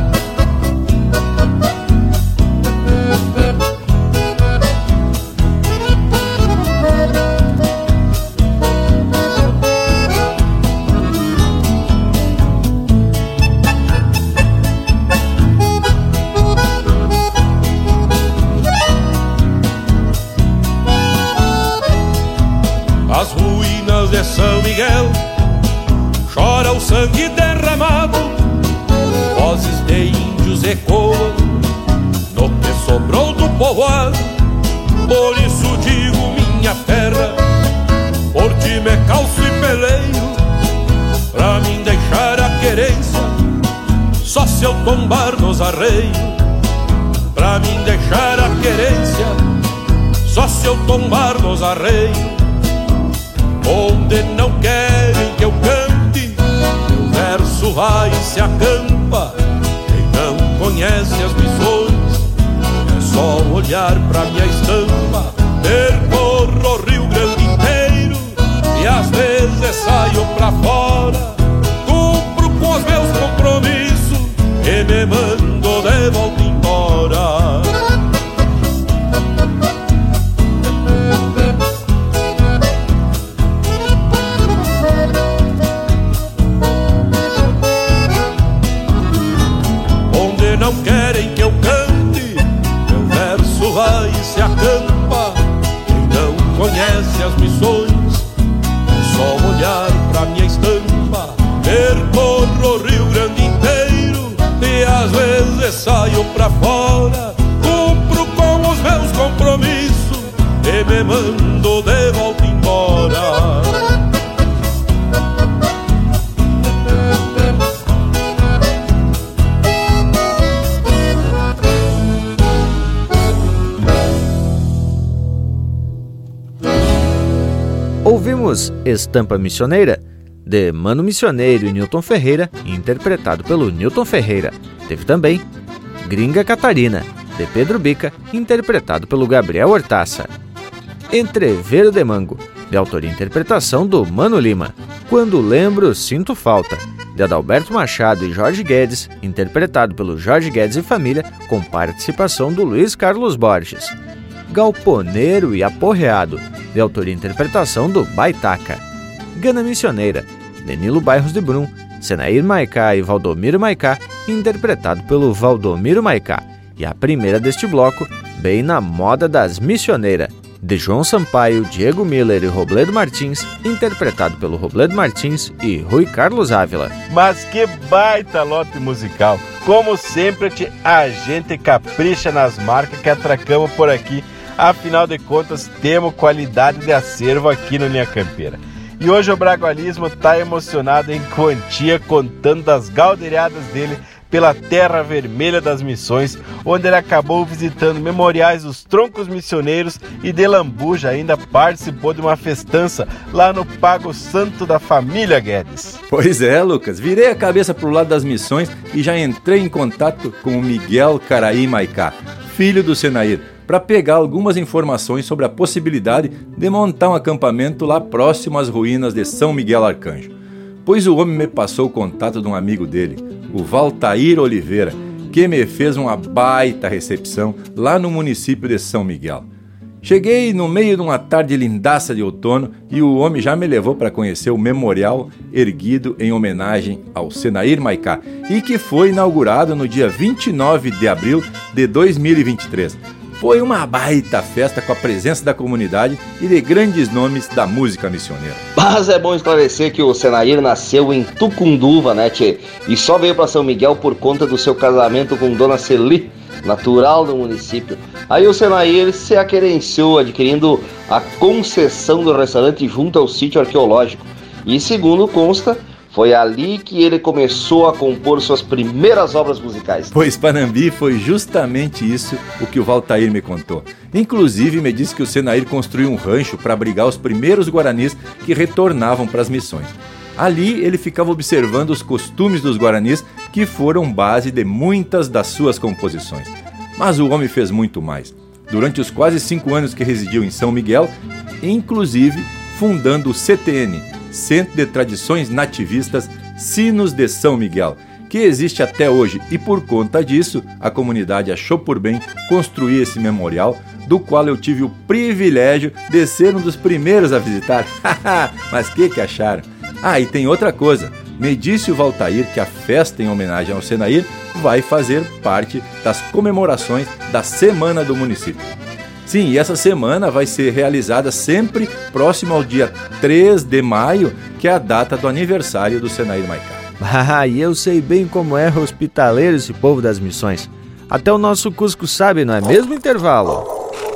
As ruínas de São Miguel chora o sangue derramado, vozes de índios ecoam no que sobrou do povoado. Por isso digo minha terra, por ti me calço e peleio, pra mim deixar a querência só se eu tombar nos arreios. Pra mim deixar a querência só se eu tombar nos arreios. onde não querem que eu cante, meu verso vai e se acampa. Quem não conhece as missões, é só olhar pra minha estampa. Percorro o Rio Grande inteiro e às vezes saio pra fora. Cumpro com os meus compromissos e me mando de volta embora. Onde não querem que eu cante, meu verso vai e se acampa. Quem não conhece as missões, é só olhar pra minha estampa. Percorro o Rio Grande inteiro e às vezes saio pra fora. Cumpro com os meus compromissos e me mando de volta embora. Ouvimos Estampa Missioneira, de Mano Missioneiro e Newton Ferreira, interpretado pelo Newton Ferreira. Teve também Gringa Catarina, de Pedro Bica, interpretado pelo Gabriel Hortaça. Entreveiro de Mango, de autoria e interpretação do Mano Lima. Quando Lembro, Sinto Falta, de Adalberto Machado e Jorge Guedes, interpretado pelo Jorge Guedes e Família, com participação do Luiz Carlos Borges. Galponeiro e Aporreado, de autoria e interpretação do Baitaca. Gana Missioneira, de Nilo Bairros de Brum, Senair Maicá e Valdomiro Maicá, interpretado pelo Valdomiro Maicá. E a primeira deste bloco, Bem na Moda das Missioneiras, de João Sampaio, Diego Miller e Robledo Martins, interpretado pelo Robledo Martins e Rui Carlos Ávila. Mas que baita lote musical! Como sempre, a gente capricha nas marcas que atracamos por aqui. Afinal de contas, temos qualidade de acervo aqui no Linha Campeira. E hoje o Bragualismo está emocionado em quantia, contando das galdeiradas dele pela Terra Vermelha das Missões, onde ele acabou visitando memoriais dos troncos missioneiros e de lambuja ainda participou de uma festança lá no Pago Santo da família Guedes. Pois é, Lucas, virei a cabeça pro lado das missões e já entrei em contato com o Miguel Caraí Maicá, filho do Senair, para pegar algumas informações sobre a possibilidade de montar um acampamento lá próximo às ruínas de São Miguel Arcanjo. Pois o homem me passou o contato de um amigo dele, o Valtair Oliveira, que me fez uma baita recepção lá no município de São Miguel. Cheguei no meio de uma tarde lindaça de outono e o homem já me levou para conhecer o memorial erguido em homenagem ao Senair Maicá e que foi inaugurado no dia 29 de abril de 2023. Foi uma baita festa com a presença da comunidade e de grandes nomes da música missioneira. Mas é bom esclarecer que o Senair nasceu em Tucunduva, né, tchê? E só veio para São Miguel por conta do seu casamento com Dona Celi, natural do município. Aí o Senair se aquerenciou adquirindo a concessão do restaurante junto ao sítio arqueológico. E segundo consta, foi ali que ele começou a compor suas primeiras obras musicais. Pois Panambi foi justamente isso o que o Valtair me contou. Inclusive me disse que o Senair construiu um rancho para abrigar os primeiros guaranis que retornavam para as missões. Ali ele ficava observando os costumes dos guaranis que foram base de muitas das suas composições. Mas o homem fez muito mais. Durante os quase 5 anos que residiu em São Miguel, inclusive fundando o CTN, Centro de Tradições Nativistas Sinos de São Miguel, que existe até hoje e por conta disso a comunidade achou por bem construir esse memorial, do qual eu tive o privilégio de ser um dos primeiros a visitar. Mas que acharam? Ah, e tem outra coisa, me disse o Valtair que a festa em homenagem ao Senair vai fazer parte das comemorações da Semana do Município. Sim, e essa semana vai ser realizada sempre próximo ao dia 3 de maio, que é a data do aniversário do Senair Maicá. Ah, e eu sei bem como é hospitaleiro esse povo das missões. Até o nosso Cusco sabe, não é mesmo, intervalo?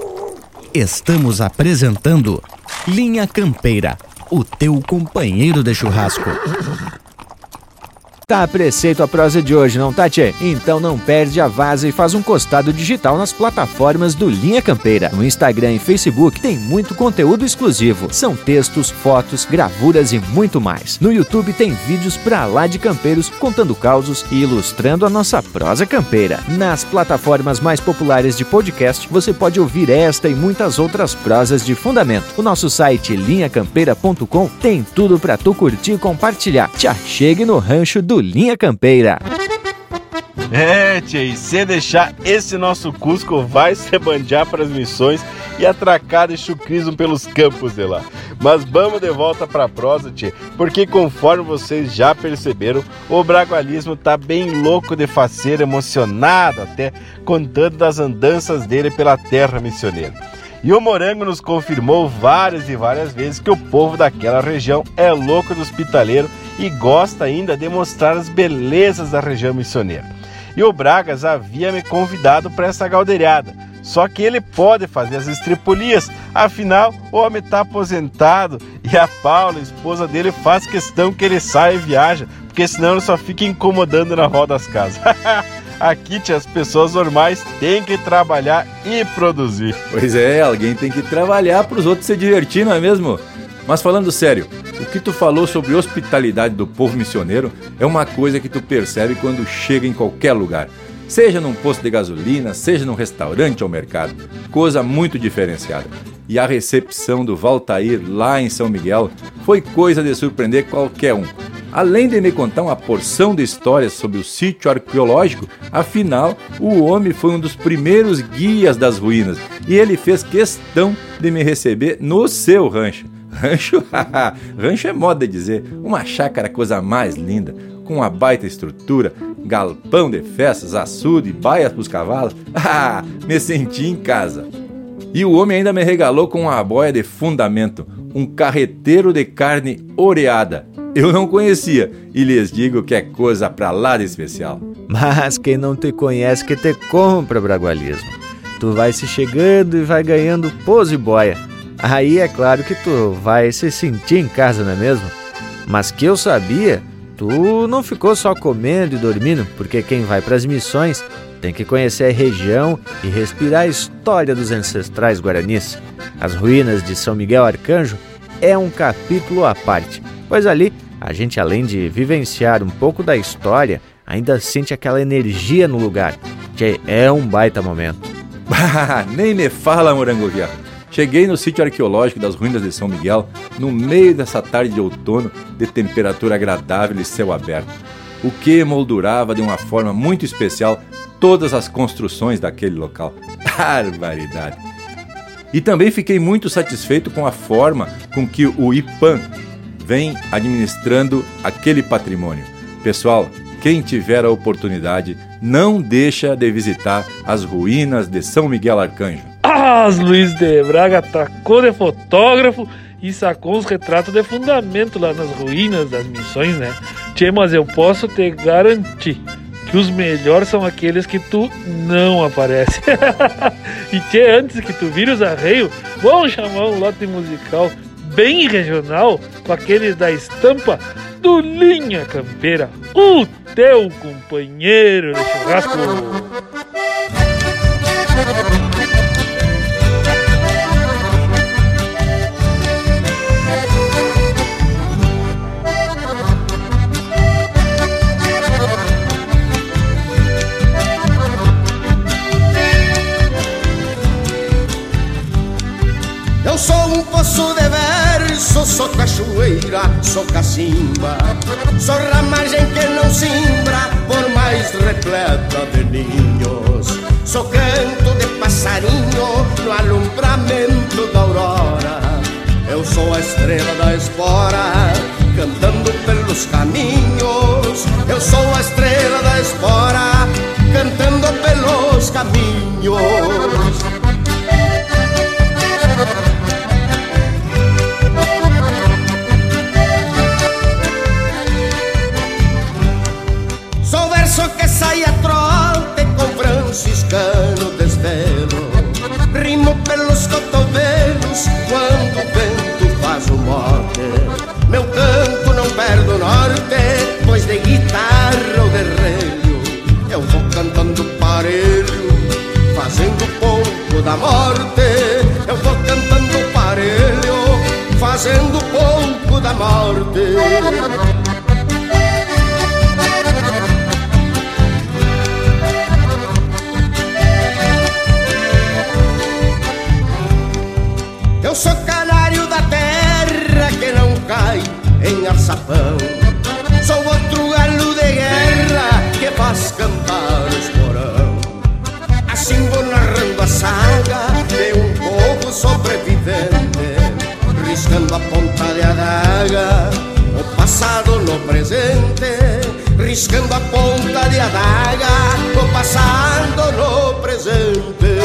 Estamos apresentando Linha Campeira, o teu companheiro de churrasco. Tá a preceito a prosa de hoje, não tá, tchê? Então não perde a vaza e faz um costado digital nas plataformas do Linha Campeira. No Instagram e Facebook tem muito conteúdo exclusivo. São textos, fotos, gravuras e muito mais. No YouTube tem vídeos pra lá de campeiros contando causos e ilustrando a nossa prosa campeira. Nas plataformas mais populares de podcast, você pode ouvir esta e muitas outras prosas de fundamento. O nosso site linhacampeira.com tem tudo pra tu curtir e compartilhar. Te achegue no rancho do Linha Campeira. Tchê, e se deixar esse nosso Cusco vai se bandear para as missões e atracar de chucrismo pelos campos de lá. Mas vamos de volta para a prosa, tchê, porque conforme vocês já perceberam, o bragualismo tá bem louco de faceiro, emocionado até, contando das andanças dele pela terra missioneira. E o Morango nos confirmou várias e várias vezes que o povo daquela região é louco do hospitaleiro e gosta ainda de mostrar as belezas da região missioneira. E o Bragas havia me convidado para essa galdeirada, só que ele pode fazer as estripulias, afinal o homem está aposentado e a Paula, a esposa dele, faz questão que ele saia e viaja, porque senão ele só fica incomodando na roda das casas. Aqui, tia, as pessoas normais têm que trabalhar e produzir. Pois é, alguém tem que trabalhar para os outros se divertir, não é mesmo? Mas falando sério, o que tu falou sobre hospitalidade do povo missioneiro é uma coisa que tu percebe quando chega em qualquer lugar. Seja num posto de gasolina, seja num restaurante ou mercado. Coisa muito diferenciada. E a recepção do Valtair lá em São Miguel foi coisa de surpreender qualquer um. Além de me contar uma porção de histórias sobre o sítio arqueológico, afinal, o homem foi um dos primeiros guias das ruínas e ele fez questão de me receber no seu rancho. Rancho? Rancho é moda de dizer, uma chácara coisa mais linda, com uma baita estrutura, galpão de festas, açude, baias para os cavalos. Me senti em casa. E o homem ainda me regalou com uma boia de fundamento, um carreteiro de carne oreada. Eu não conhecia e lhes digo que é coisa pra lá de especial. Mas quem não te conhece que te compra, bragualismo. Tu vai se chegando e vai ganhando pose e boia. Aí é claro que tu vai se sentir em casa, não é mesmo? Mas que eu sabia, tu não ficou só comendo e dormindo, porque quem vai pras missões tem que conhecer a região e respirar a história dos ancestrais guaranis. As ruínas de São Miguel Arcanjo é um capítulo à parte, pois ali a gente, além de vivenciar um pouco da história, ainda sente aquela energia no lugar, que é um baita momento. Nem me fala, Morango Viado. Cheguei no sítio arqueológico das ruínas de São Miguel no meio dessa tarde de outono de temperatura agradável e céu aberto, o que emoldurava de uma forma muito especial todas as construções daquele local. Barbaridade! E também fiquei muito satisfeito com a forma com que o IPAM vem administrando aquele patrimônio. Pessoal, quem tiver a oportunidade, não deixa de visitar as ruínas de São Miguel Arcanjo. As Luiz de Braga tacou de fotógrafo e sacou uns retratos de fundamento lá nas ruínas das missões, né? Tchê, mas eu posso te garantir que os melhores são aqueles que tu não aparece. E tchê, antes que tu vire os arreios, vamos chamar um lote musical bem regional com aqueles da estampa do Linha Campeira, o teu companheiro de churrasco. Eu sou um poço de verso, sou cachoeira, sou cacimba, sou ramagem que não simbra, por mais repleta de ninhos. Sou canto de passarinho no alumbramento da aurora. Eu sou a estrela da espora, cantando pelos caminhos. Eu sou a estrela da espora, cantando pelos caminhos. Sou verso que sai a trote com franciscano desvelo. Rimo pelos cotovelos quando o vento faz o mote. Meu canto não perde o norte, pois de guitarra da morte, eu vou cantando parelho, fazendo pouco da morte. Eu sou canário da terra que não cai em alçapão. Sou outro galo de guerra que faz cantar o esporão. Assim vou narrando a saga de um povo sobrevivente, riscando a ponta de adaga o passado no presente, riscando a ponta de adaga o passado no presente.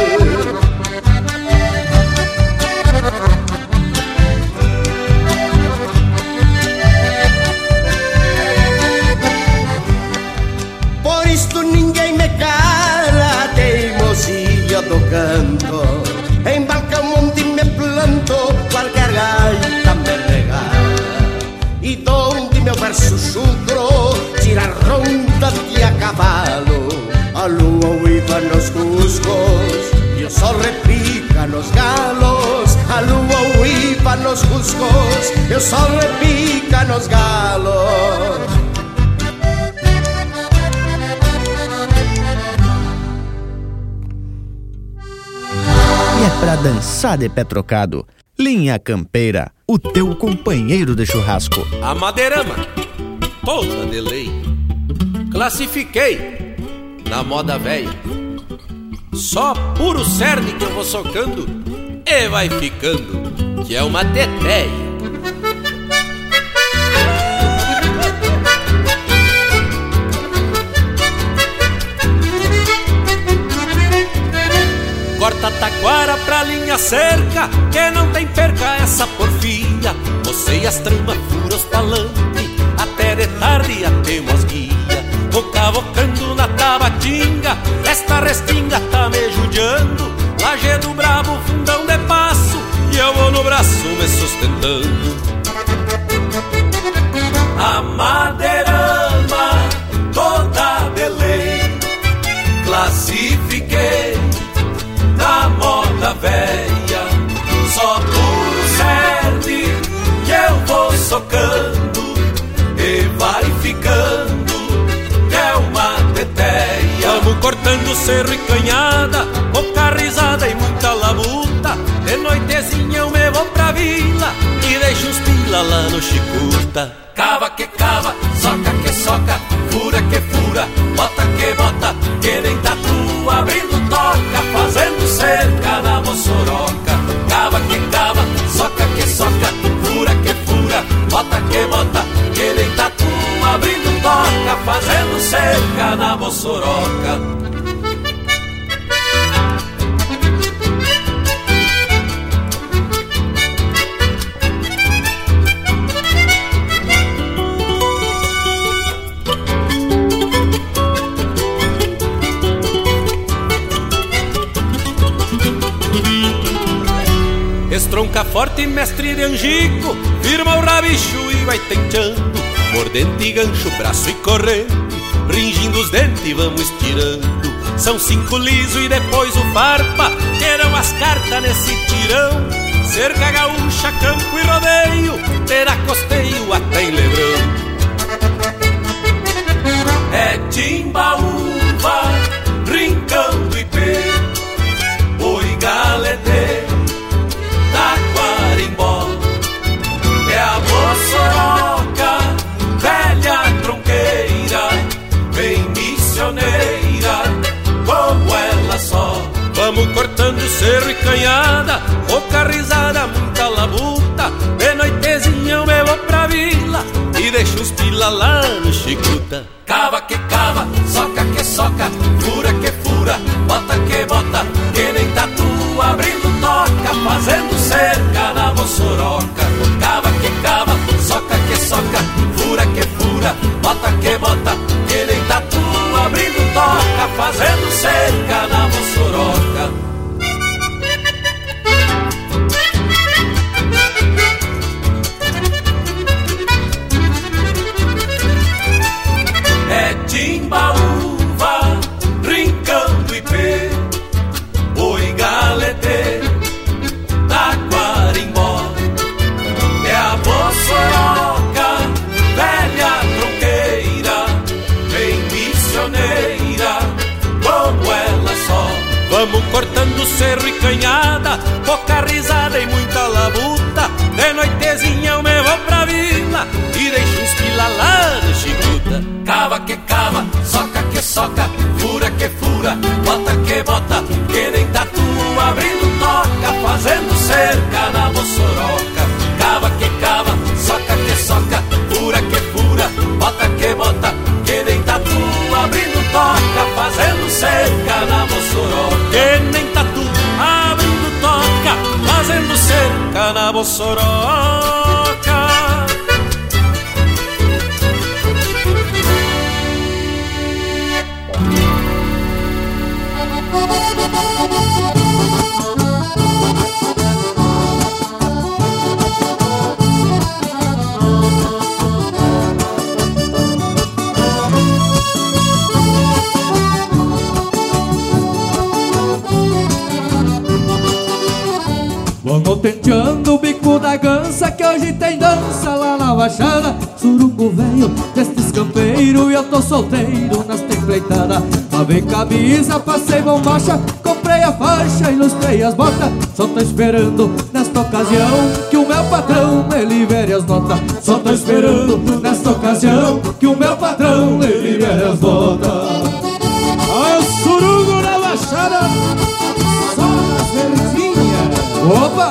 Por isto ninguém me cala, teimosia do canto. Em balcão onde me planto, qualquer gaita me regala. E donde meu verso chucro, tira a ronda de a cavalo. A lua uiva nos cuscos e o sol repica nos galos. A lua uiva nos cuscos e o sol repica nos galos. É pra dançar de pé trocado. Linha Campeira, o teu companheiro de churrasco. A madeirama, toda de lei, classifiquei na moda velha. Só puro cerne que eu vou socando e vai ficando, que é uma teteia. Corta a taquara pra linha cerca, que não tem perca essa porfia. Você as tramas, fura os palanques, até de tarde a temos guia. Vou cavocando na tabatinga, esta restinga tá me judiando. Lajedo bravo, fundão de passo, e eu vou no braço me sustentando. A madeirama toda de lei, classifiquei na moda velha. Só puro cerne que eu vou socando e vai ficando, que é uma teteia. Vamos cortando cerro e canhada, pouca risada e muita labuta. De noitezinha eu me vou pra vila e deixo uns pila lá no Chicuta. Cava que cava, soca que soca, fura que fura, bota que bota, que nem tatu abrindo toca, fazendo cerca na moçoroca. Cava que cava, soca que soca, fura que fura, bota que bota, que nem tatu abrindo toca, fazendo cerca na moçoroca. Estronca forte, mestre de angico, firma o rabicho e vai tenteando. Mordente e gancho, braço e corrente, ringindo os dentes vamos estirando. São 5 liso e depois o farpa, terão as cartas nesse tirão. Cerca gaúcha, campo e rodeio, terá costeio até em Lebrão. É timbaúva, rincão e pé, oi galete, Taquarimbó. É a moçoroca, velha tronqueira, bem missioneira, como ela só. Vamos cortando cerro e canhada, pouca risada, muita labuta. De noitezinha eu me vou pra vila e deixo os pila lá no Chicuta. Cava que cava, soca que soca, fura que fura, bota que bota, que nem tatu abrindo toca, fazendo cerca na moçoroca. Cava que cava, soca que soca, fura que fura, bota que bota, que nem tatu abrindo toca, fazendo cerca na moçoroca. É timbaúva, no cerro e canhada, pouca risada e muita labuta. De noitezinha eu me vou pra vila e deixo uns pila lá de chicuta. Cava que cava, soca que soca, fura que fura, bota que bota, que nem tatu, abrindo toca, fazendo cerca na moçoroca. Cava que cava, soca que soca, fura que fura, bota que bota, que nem tatu, abrindo toca, fazendo cerca na moçoroca. Que nem tatu, abrindo toca, fazendo cerca na moçoroca. Vamos tenteando o bico da gança, que hoje tem dança lá na Baixada. Surungo velho destes campeiros e eu tô solteiro nas templeitadas. Lavei camisa, passei bombacha, comprei a faixa, ilustrei as botas. Só tô esperando nesta ocasião que o meu patrão me libere as notas. Só tô esperando nesta ocasião que o meu patrão me libere as notas. Olha o surungo na Baixada, só nas verzinhas. Opa!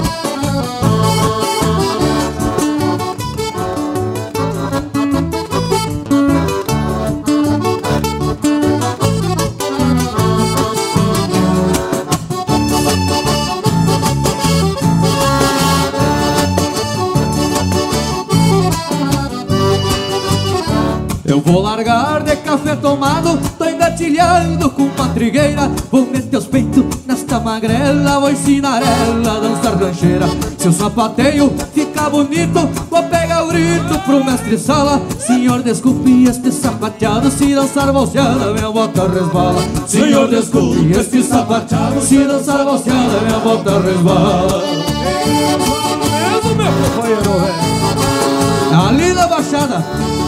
Eu vou largar de café tomado, tô engatilhado com uma trigueira. Vou meter os peitos nesta magrela, vou ensinar ela a dançar rancheira. Se o sapateio ficar bonito, vou pegar o grito pro mestre sala. Senhor, desculpe este sapateado, se dançar bolseada minha bota resbala. Senhor, desculpe este sapateado, se dançar bolseada minha bota resbala. Mesmo, meu companheiro, velho. Ali na Baixada.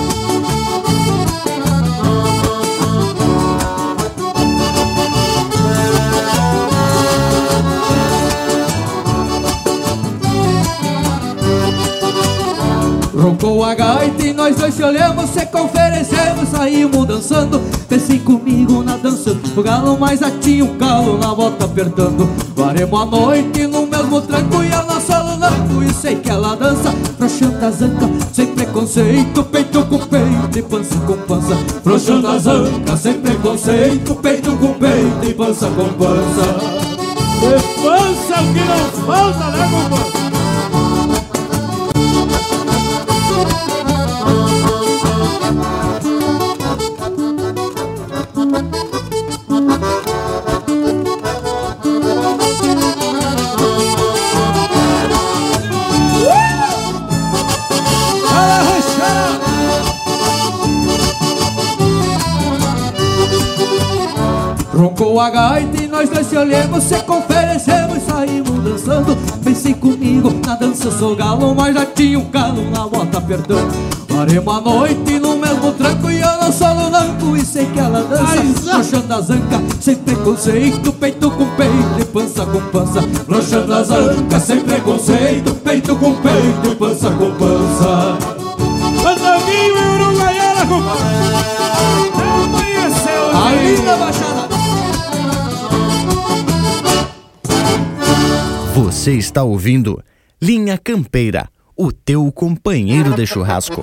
Roncou a gaita e nós dois se olhamos, se conferencemos, saímos dançando. Pensei comigo na dança do galo, mas atinha um calo na bota apertando. Varemos a noite no mesmo tranco e ela só lulando. E sei que ela dança, frouxando a zanca, sem preconceito, peito com peito e pança com pança. Frouxando a zanca, sem preconceito, peito com peito e pança com pança. E pança o que não falta, né, compadre? Roncou a gaita e nós dois se olhamos, se conferencemos, saímos dançando. Pensei comigo na dança, sou galo, mas já tinha um calo na bota apertando. Varemos a noite no mesmo tranco e eu não sou lunanco. E sei que ela dança, frouxando a zanca, sem preconceito, peito com peito e pança com pança. Frouxando a zanca, sem preconceito, peito com peito e pança com pança. Fandanguinho e Uruguaiana, compadre. Amanheceu ali na Baixada. Você está ouvindo Linha Campeira, o teu companheiro de churrasco.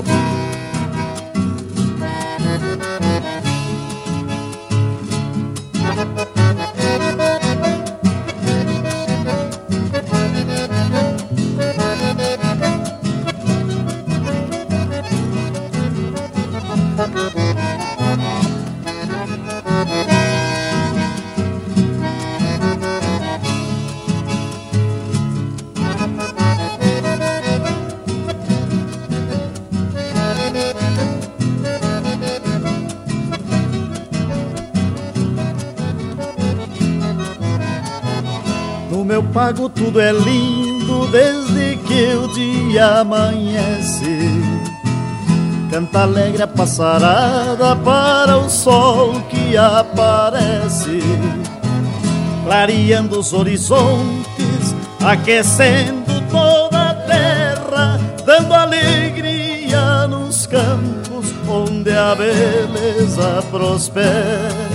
Meu pago tudo é lindo desde que o dia amanhece. Canta alegre a passarada para o sol que aparece. clareando os horizontes, aquecendo toda a terra, dando alegria nos campos onde a beleza prospera.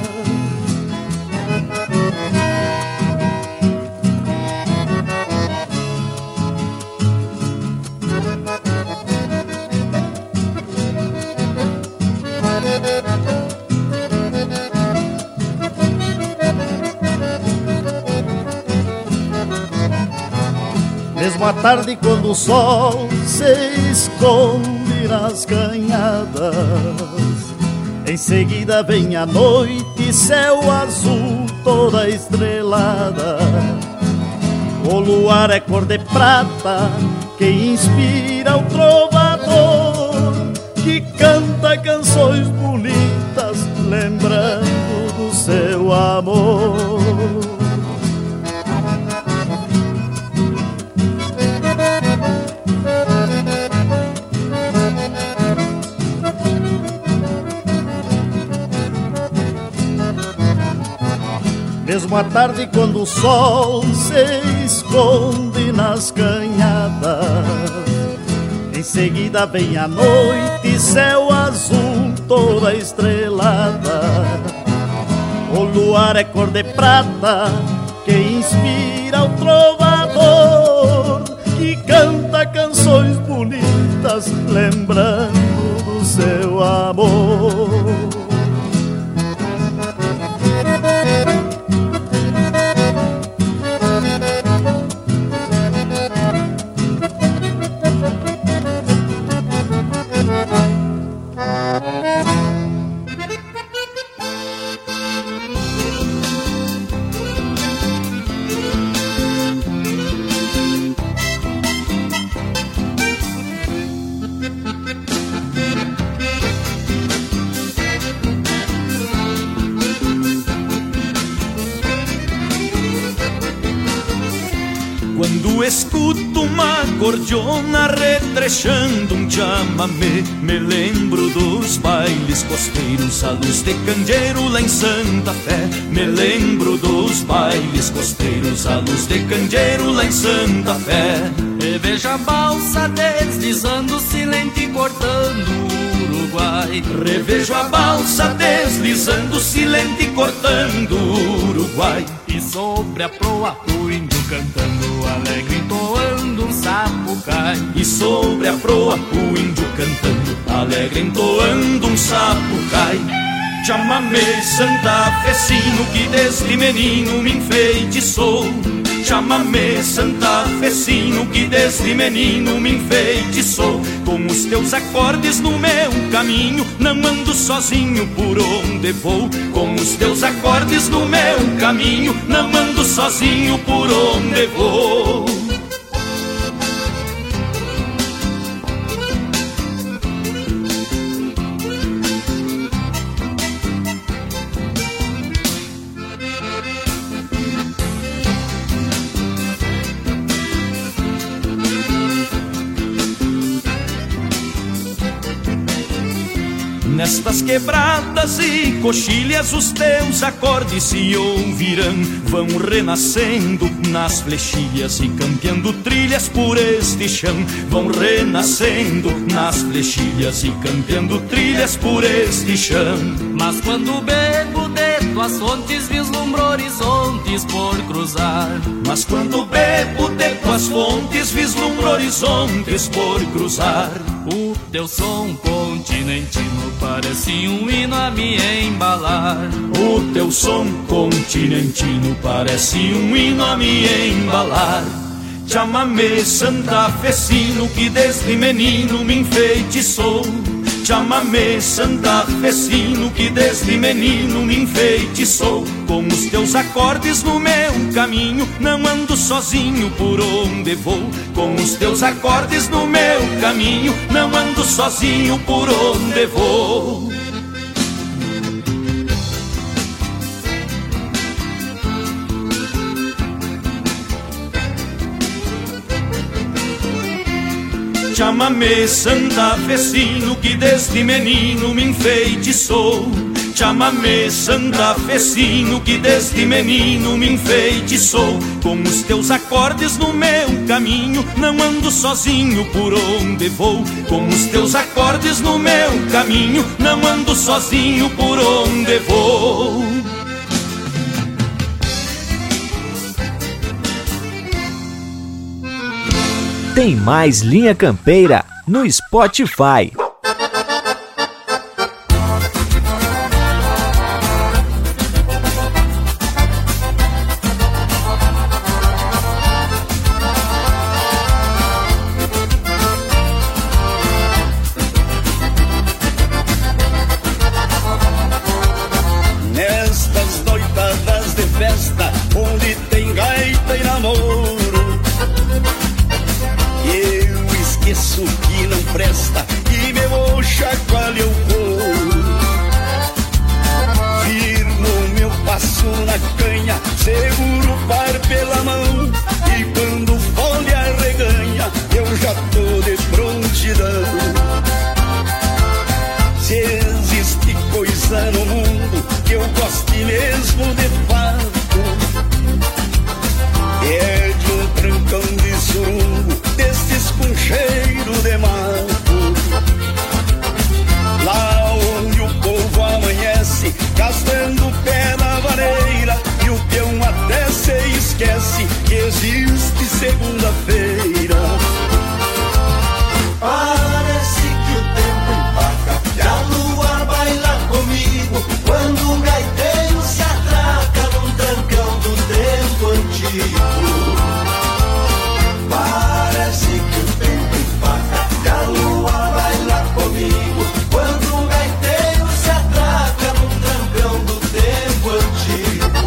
Mesmo à tarde, quando o sol se esconde nas canhadas, em seguida vem a noite, céu azul toda estrelada. O luar é cor de prata que inspira o trovador, que canta canções bonitas lembrando do seu amor. Mesmo à tarde, quando o sol se esconde nas canhadas, em seguida vem a noite, céu azul toda estrelada. O luar é cor de prata que inspira o trovador, que canta canções bonitas lembrando do seu amor. Escuto uma gordiona retrechando um chamamé, me lembro dos bailes costeiros à luz de candeeiro lá em Santa Fé. Me lembro dos bailes costeiros à luz de candeeiro lá em Santa Fé. E vejo a balsa deslizando silente cortando o Uruguai. Revejo a balsa deslizando silente cortando o Uruguai. E sobre a proa o índio cantando alegre entoando um sapucai. E sobre a proa o índio cantando alegre entoando um sapucai. Chamamé santafesino que desde menino me enfeitiçou. Chamamé santafesino que desde menino me enfeitiçou. Com os teus acordes no meu caminho, não ando sozinho por onde vou. Com os teus acordes no meu caminho, não ando sozinho por onde vou. Nestas quebradas e coxilhas os teus acordes se ouvirão. Vão renascendo nas flechilhas e campeando trilhas por este chão. Vão renascendo nas flechilhas e campeando trilhas por este chão. Mas quando bebo de tuas fontes vislumbro horizontes por cruzar. Mas quando bebo de tuas fontes vislumbro horizontes por cruzar. O teu som continentino parece um hino a me embalar. O teu som continentino parece um hino a me embalar. Chamamé santafesino que desde menino me enfeitiçou. Chamamé santafesino que desde menino me enfeitiçou. Com os teus acordes no meu caminho, não ando sozinho por onde vou. Com os teus acordes no meu caminho, não ando sozinho por onde vou. Chamamé santafesino que desde menino me enfeitiçou. chamamé santafesino que desde menino me enfeitiçou. Com os teus acordes no meu caminho, não ando sozinho por onde vou. Com os teus acordes no meu caminho, não ando sozinho por onde vou. Tem mais Linha Campeira no Spotify. Nestas noitadas de festa, onde tem gaita e namoro, eu esqueço que não presta e me vou chacoalhar o couro. Firmo meu passo na canha, seguro o par pela mão, e quando o fole arreganha, eu já tô de prontidão. Se existe coisa no mundo que eu goste mesmo de fato, é de um trancão de surungo, destes com cheiro de mato. Lá onde o povo amanhece, gastando o pé na vareira, e o peão até se esquece que existe segunda-feira. Parece que o tempo empaca e a lua baila comigo, quando um gaiteiro se atraca num trancão do tempo antigo. Parece que o tempo empaca e a lua baila comigo, quando um gaiteiro se atraca num trancão do tempo antigo.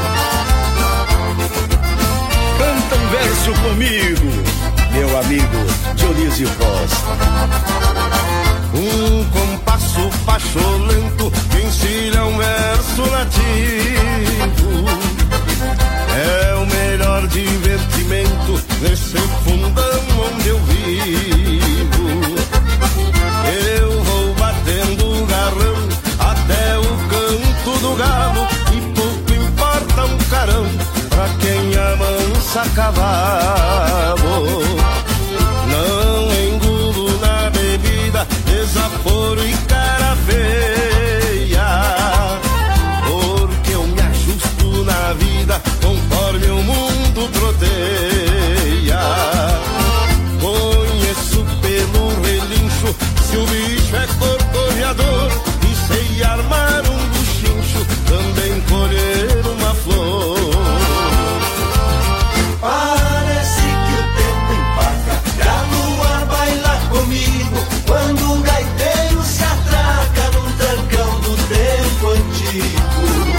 Canta um verso comigo, meu amigo Dionísio Costa. Um compasso pacholento que encilha um verso nativo, é o melhor divertimento nesse fundão onde eu vivo. Eu vou batendo o garrão até o canto do galo, e pouco importa um carão pra quem amansa cavalo. Não engulo na bebida desaforo e cara feia, porque eu me ajusto na vida conforme o mundo troteia. Conheço pelo relincho se o bicho é corcoveador, e sei armar um buchincho, também colher uma flor. Parece que o tempo empaca e a lua baila comigo, quando um gaiteiro se atraca num trancão do tempo antigo.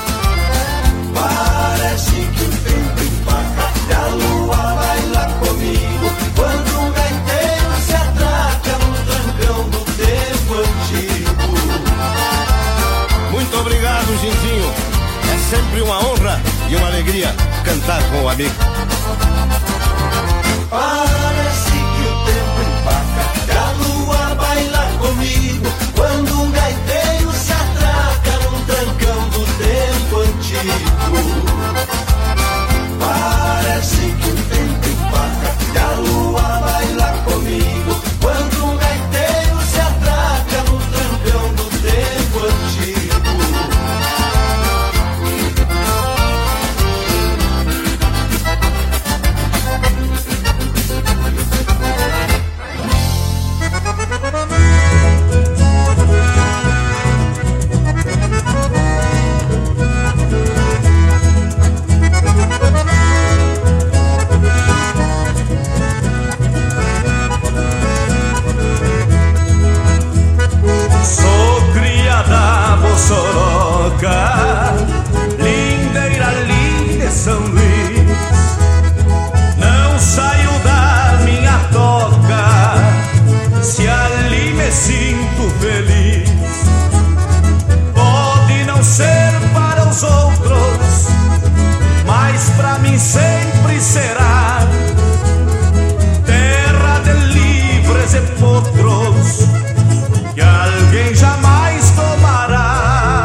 Parece que o tempo empaca e a lua baila comigo, quando um gaiteiro se atraca num trancão do tempo antigo. Muito obrigado, Ginzinho. É sempre uma honra e uma alegria cantar com o amigo. Parece que o tempo empaca e a lua baila comigo, quando um gaiteiro se atraca num trancão do tempo antigo. Parece que o tempo empaca e a lua baila comigo, quando um gaiteiro se atraca num trancão do tempo antigo. Sou cria da Bossoroca, lindeira linda de São Luís. Não saio da minha toca, se ali me sinto feliz. Pode não ser para os outros, mas pra mim sempre será terra de livres e potros, que alguém jamais tomará.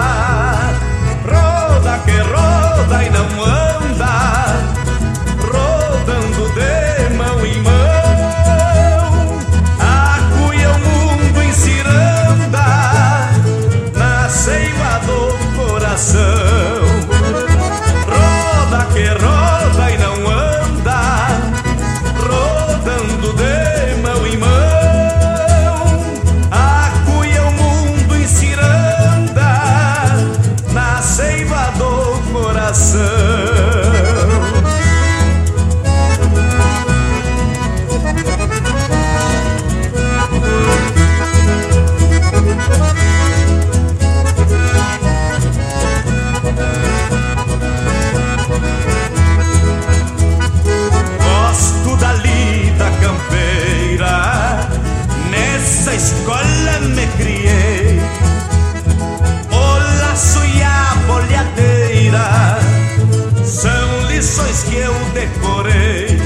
depois que eu decorei,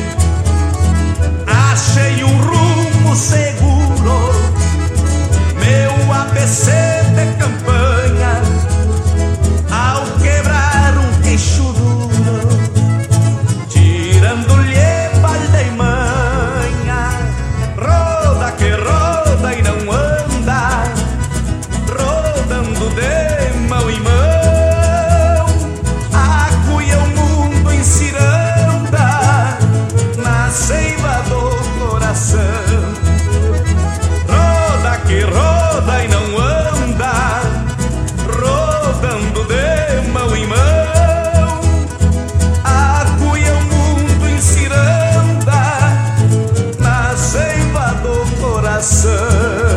achei um rumo seguro, meu ABC de campanha, ao quebrar um queixo duro, tirando-lhe balda e manha. Roda que roda e não anda, rodando de mão em mão, acuia o mundo em ciranda, na seiva do coração. Roda que roda e não anda, rodando de mão em mão, acuia o mundo em ciranda, na seiva do coração.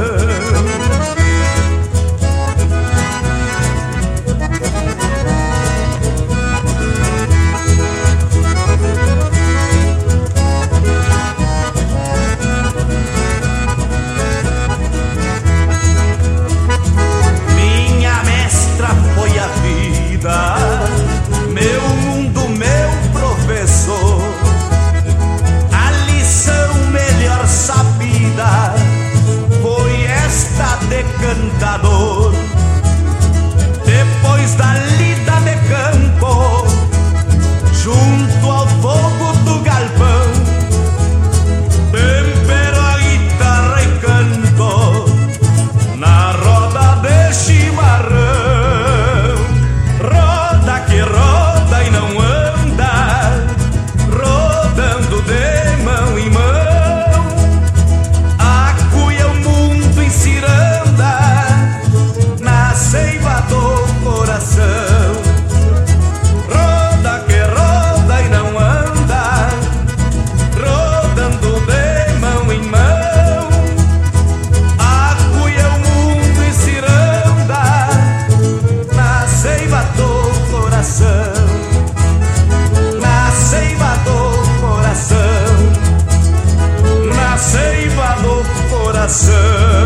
Minha mestra foi a vida, meu mundo, meu professor. A lição melhor sabida foi esta de cantador. Depois da lida de campo, junto ao fogo do galpão, tempero a guitarra e canto na roda de chimarrão. Roda que roda e não anda, rodando de mão em mão, acuia o mundo em ciranda, na seiva do coração. Roda que roda e não anda, rodando de mão em mão, acuia o mundo em ciranda, na seiva do coração. Na seiva do coração, na seiva do coração.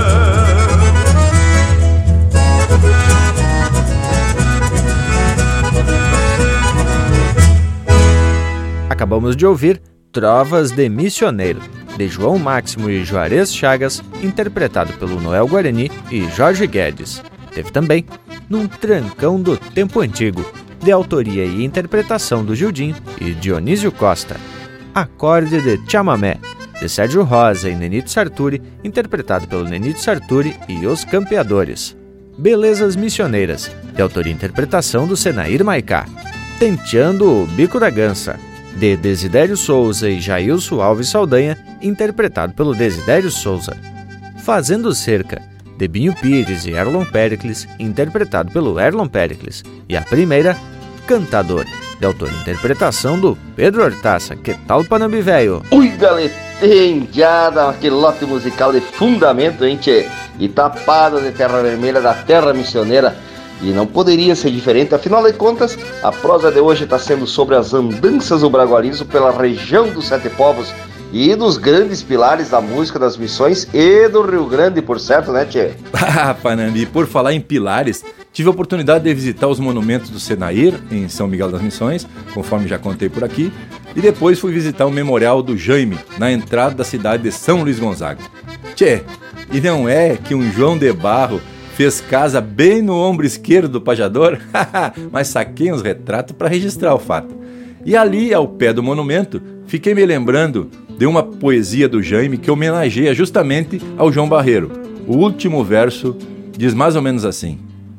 Acabamos de ouvir Trovas de Missioneiro, de João Máximo e Juarez Chagas, interpretado pelo Noel Guarani e Jorge Guedes. Teve também Num Trancão do Tempo Antigo, de autoria e interpretação do Gildinho e Dionísio Costa. Acorde de Chamamé, de Sérgio Rosa e Nenito Sarturi, interpretado pelo Nenito Sarturi e Os Campeadores. Belezas Missioneiras, de autoria e interpretação do Senair Maicá. Tenteando o Bico da Gança, de Desidério Souza e Jailson Alves Saldanha, interpretado pelo Desidério Souza. Fazendo Cerca, de Binho Pires e Erlon Pericles, interpretado pelo Erlon Pericles. E a primeira, Cantador, de autor e interpretação do Pedro Hortaça. Que tal, Panambi Velho? Ui, galetendiada, aquele lote musical de fundamento, hein, tchê? E tapada de terra vermelha da terra missioneira. E não poderia ser diferente, afinal de contas, a prosa de hoje está sendo sobre as andanças do bragualismo pela região dos Sete Povos e dos grandes pilares da música das missões e do Rio Grande, por certo, né, tchê? Ah, Panambi, por falar em pilares, tive a oportunidade de visitar os monumentos do Senair, em São Miguel das Missões, conforme já contei por aqui, e depois fui visitar o Memorial do Jaime, na entrada da cidade de São Luís Gonzaga. Tchê, e não é que um João de Barro fez casa bem no ombro esquerdo do pajador? Mas saquei uns retratos para registrar o fato. E ali, ao pé do monumento, fiquei me lembrando de uma poesia do Jaime que homenageia justamente ao João Barreiro. O último verso diz mais ou menos assim: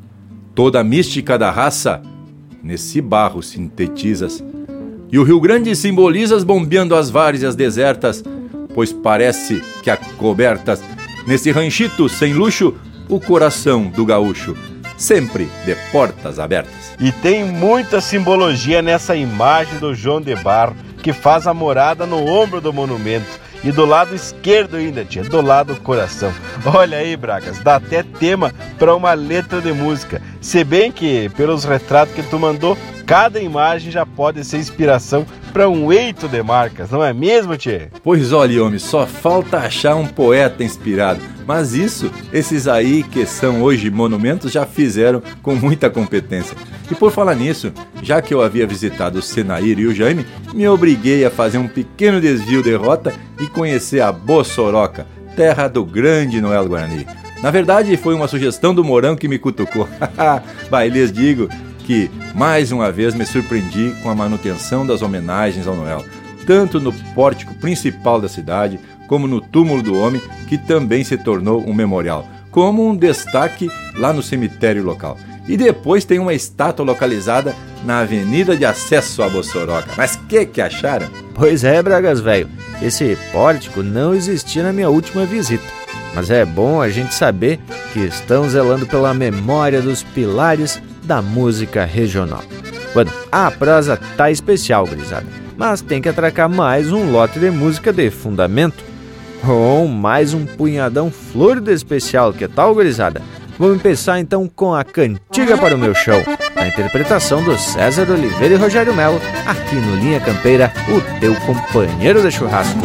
toda a mística da raça nesse barro sintetizas, e o Rio Grande simbolizas bombeando as várzeas desertas, pois parece que acobertas nesse ranchito sem luxo o coração do gaúcho, sempre de portas abertas. E tem muita simbologia nessa imagem do João de Barro, que faz a morada no ombro do monumento. E do lado esquerdo ainda, tia, do lado do coração. Olha aí, Bragas, dá até tema para uma letra de música. Se bem que, pelos retratos que tu mandou, cada imagem já pode ser inspiração pra um eito de marcas, não é mesmo, tchê? Pois olha, homem, só falta achar um poeta inspirado. Mas isso, esses aí que são hoje monumentos já fizeram com muita competência. E por falar nisso, já que eu havia visitado o Senair e o Jaime, me obriguei a fazer um pequeno desvio de rota e conhecer a Bossoroca, terra do grande Noel Guarani. Na verdade, foi uma sugestão do Mourão que me cutucou. Bah, e lhes digo que, mais uma vez, me surpreendi com a manutenção das homenagens ao Noel, tanto no pórtico principal da cidade, como no túmulo do homem, que também se tornou um memorial, como um destaque lá no cemitério local. E depois tem uma estátua localizada na avenida de acesso a Bossoroca. Mas que acharam? Pois é, Bragas velho, esse pórtico não existia na minha última visita. Mas é bom a gente saber que estão zelando pela memória dos pilares da música regional. Bueno, a prosa tá especial, gurizada, mas tem que atracar mais um lote de música de fundamento, ou mais um punhadão flor de especial, que tal, gurizada? Vamos começar então com a Cantiga para o Meu Chão, na interpretação do César Oliveira e Rogério Melo, aqui no Linha Campeira, o teu companheiro de churrasco.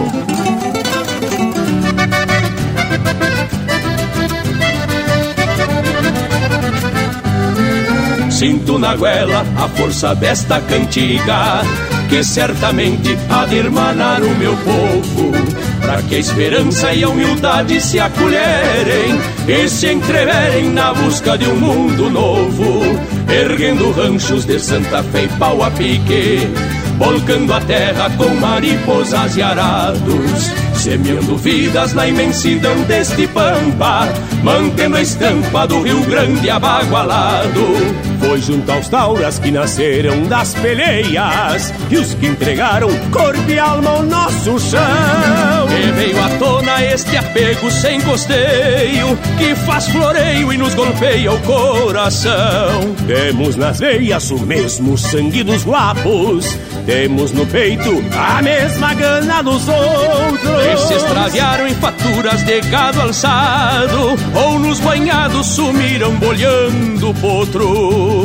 Sinto na goela a força desta cantiga, que certamente há de irmanar o meu povo, para que a esperança e a humildade se acolherem e se entreverem na busca de um mundo novo, erguendo ranchos de Santa Fé e pau a pique, volcando a terra com mariposas e arados, semeando vidas na imensidão deste pampa, mantendo a estampa do Rio Grande abagualado. Foi junto aos tauras que nasceram das peleias e os que entregaram corpo e alma ao nosso chão. E veio à tona este apego sem costeio, que faz floreio e nos golpeia o coração. Temos nas veias o mesmo sangue dos guapos, temos no peito a mesma gana dos outros. E se extraviaram em faturas de gado alçado, ou nos banhados sumiram bolhando potros.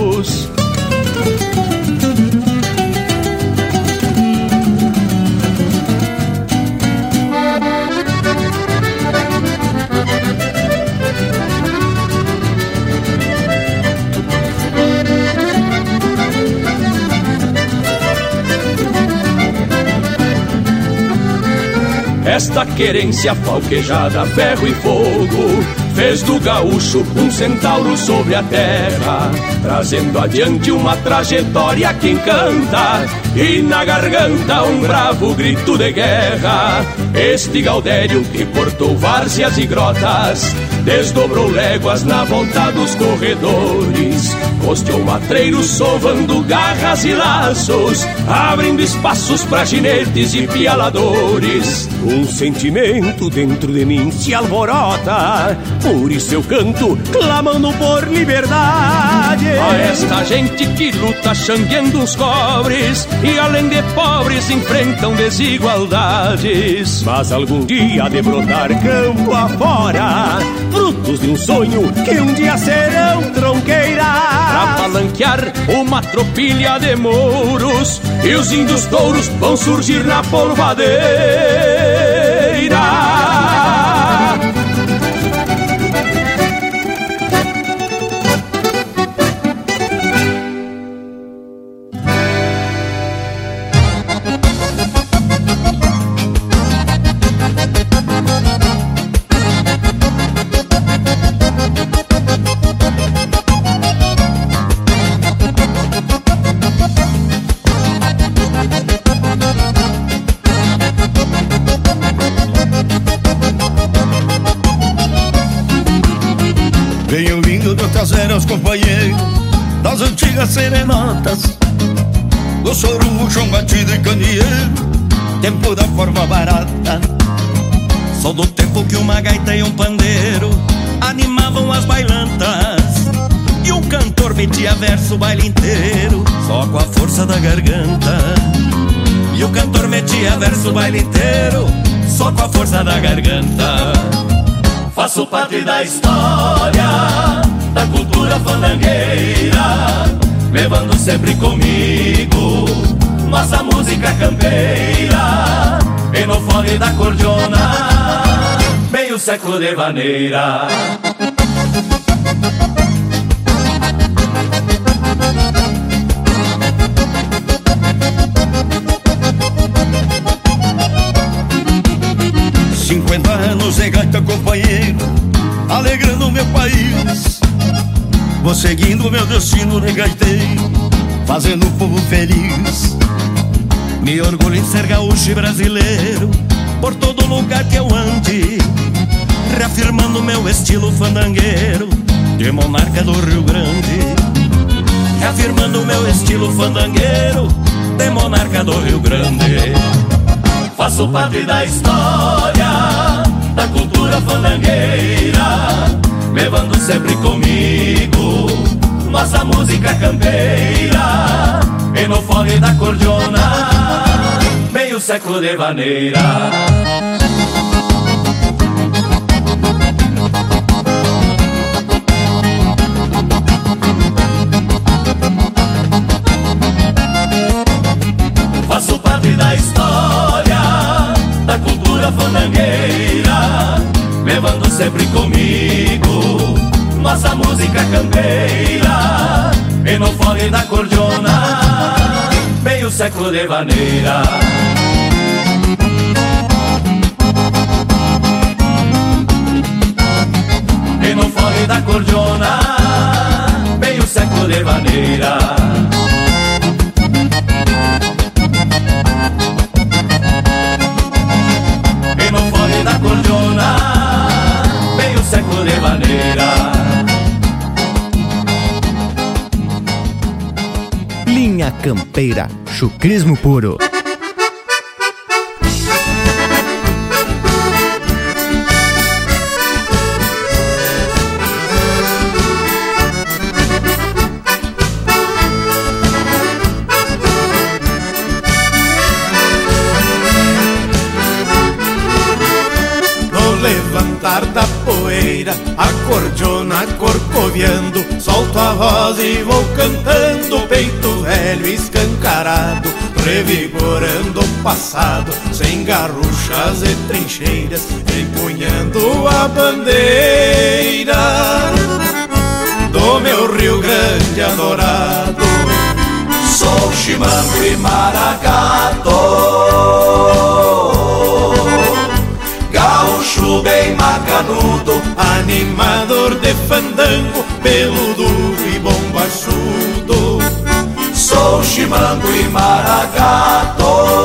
Esta querência falquejada, ferro e fogo, fez do gaúcho um centauro sobre a terra, trazendo adiante uma trajetória que encanta, e na garganta um bravo grito de guerra. Este Gaudério que cortou várzeas e grotas, desdobrou léguas na volta dos corredores, costeou matreiros sovando garras e laços, abrindo espaços para ginetes e pialadores. Um sentimento dentro de mim se alvorota, por isso eu canto clamando por liberdade. A esta gente que luta xangueando os cobres, e além de pobres enfrentam desigualdades. Mas algum dia há de brotar campo afora, frutos de um sonho que um dia serão tronqueiras, pra palanquear uma tropilha de mouros, e os índios touros vão surgir na polvadeira. Os companheiros das antigas serenatas, do sorungo, chão batido e candeeiro, tempo da forma barata. Só do tempo que uma gaita e um pandeiro animavam as bailantas, e um cantor metia verso o baile inteiro, só com a força da garganta. E o cantor metia verso o baile inteiro, só com a força da garganta. Faço parte da história da cultura fandangueira, levando sempre comigo nossa música campeira, e no fole da cordiona, meio século de vaneira. 50 anos de gaita, companheiro, alegrando meu país. Vou seguindo meu destino de gaiteiro, fazendo o povo feliz. Me orgulho em ser gaúcho e brasileiro, por todo lugar que eu ande, reafirmando meu estilo fandangueiro, de monarca do Rio Grande. Reafirmando meu estilo fandangueiro, de monarca do Rio Grande. Faço parte da história, da cultura fandangueira, levando sempre comigo nossa música campeira, e no fole da cordiona, meio século de vaneira. Faço parte da história, da cultura fandangueira, levando sempre comigo nossa música campeira, e no fole da cordiona, meio século de vaneira. E no fole da cordiona, meio século de vaneira. E no fole da cordiona, meio século de vaneira. Linha Campeira, chucrismo puro. Levantar da poeira, acordeona corcoviando, solto a voz e vou cantando, peito velho escancarado, revigorando o passado, sem garruchas e trincheiras, empunhando a bandeira do meu Rio Grande adorado. Sou chimango e maracatu, gaúcho bem macanudo, animador de fandango, pelo duro e bombachudo. Sou chimango e maracatu,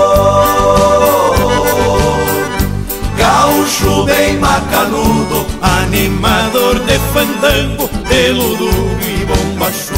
gaúcho bem macanudo, animador de fandango, pelo duro e bombachudo.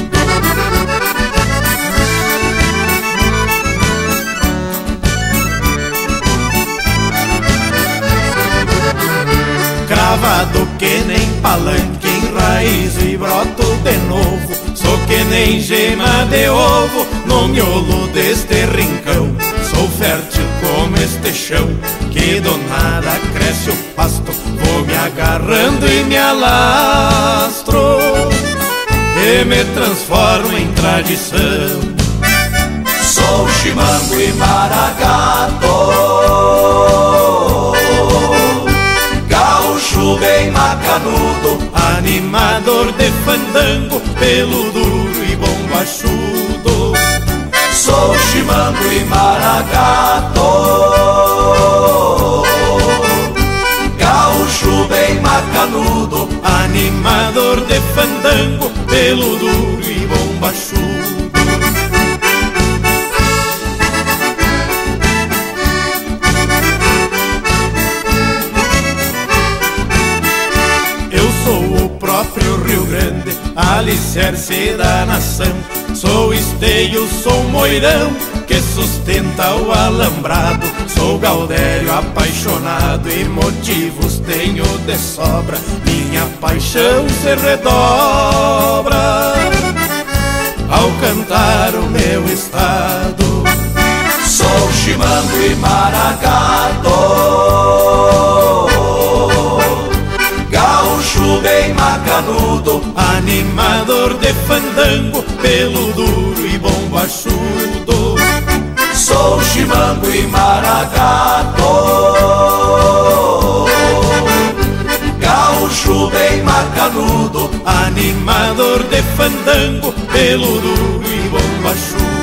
Cravado que nem palanque, em raiz e broto de novo. Sou que nem gema de ovo no miolo deste rincão. Sou fértil como este chão, que do nada cresce o pasto. Vou me agarrando e me alastro, e me transformo em tradição. Sou chimango e maracatu, gaúcho bem macanudo, animador de fandango, pelo duro e bombachudo. Sou chimango e maracatu, gaúcho bem macanudo, animador de fandango, pelo duro e bombachudo. Próprio Rio Grande, alicerce da nação. Sou esteio, sou moirão, que sustenta o alambrado. Sou gaudério apaixonado e motivos tenho de sobra. Minha paixão se redobra ao cantar o meu estado. Sou chimango e maracatu, gaúcho bem macanudo, animador de fandango, pelo duro e bombachudo. chimango e maragato. Gaúcho bem macanudo, animador de fandango, peludo e bombachudo.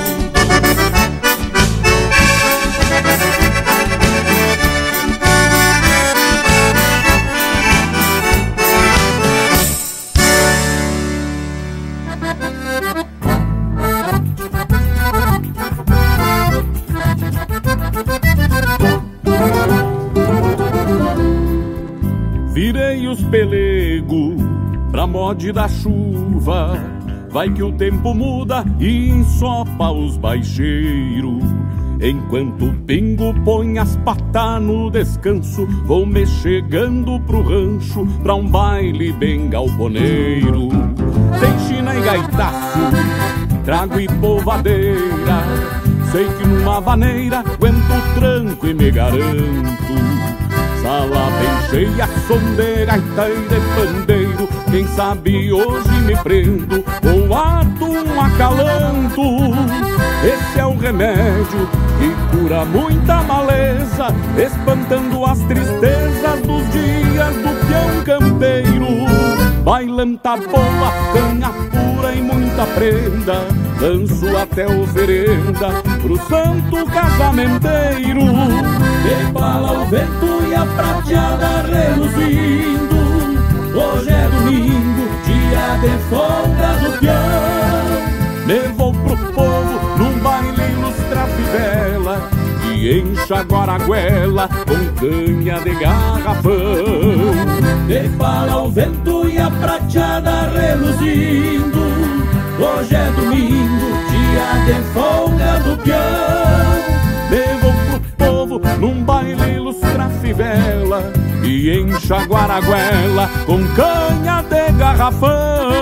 Virei os pelego pra mode da chuva. Vai que o tempo muda e ensopa os baixeiros. Enquanto o pingo põe as patas no descanso, vou me chegando pro rancho pra um baile bem galponeiro. Tem china e gaitaço, trago e polvadeira. Sei que numa vaneira aguento o tranco e me garanto. Sala bem cheia, som de gaita e de pandeiro. Quem sabe hoje me prendo ou ato um acalanto. Esse é o remédio que cura muita maleza, espantando as tristezas dos dias do peão campeiro. Bailanta boa, canha pura e muita prenda, danço até oferenda pro santo casamenteiro. De bala o vento e a prateada reluzindo. Hoje é domingo, dia de folga do peão. Me vou pro povo num baile ilustra fivela e enxaguar a goela com canha de garrafão. De bala o vento e a prateada reluzindo. Hoje é domingo, dia de folga do peão. Me vou pro povo num baile ilustra fivela e enxaguar a goela com canha de garrafão.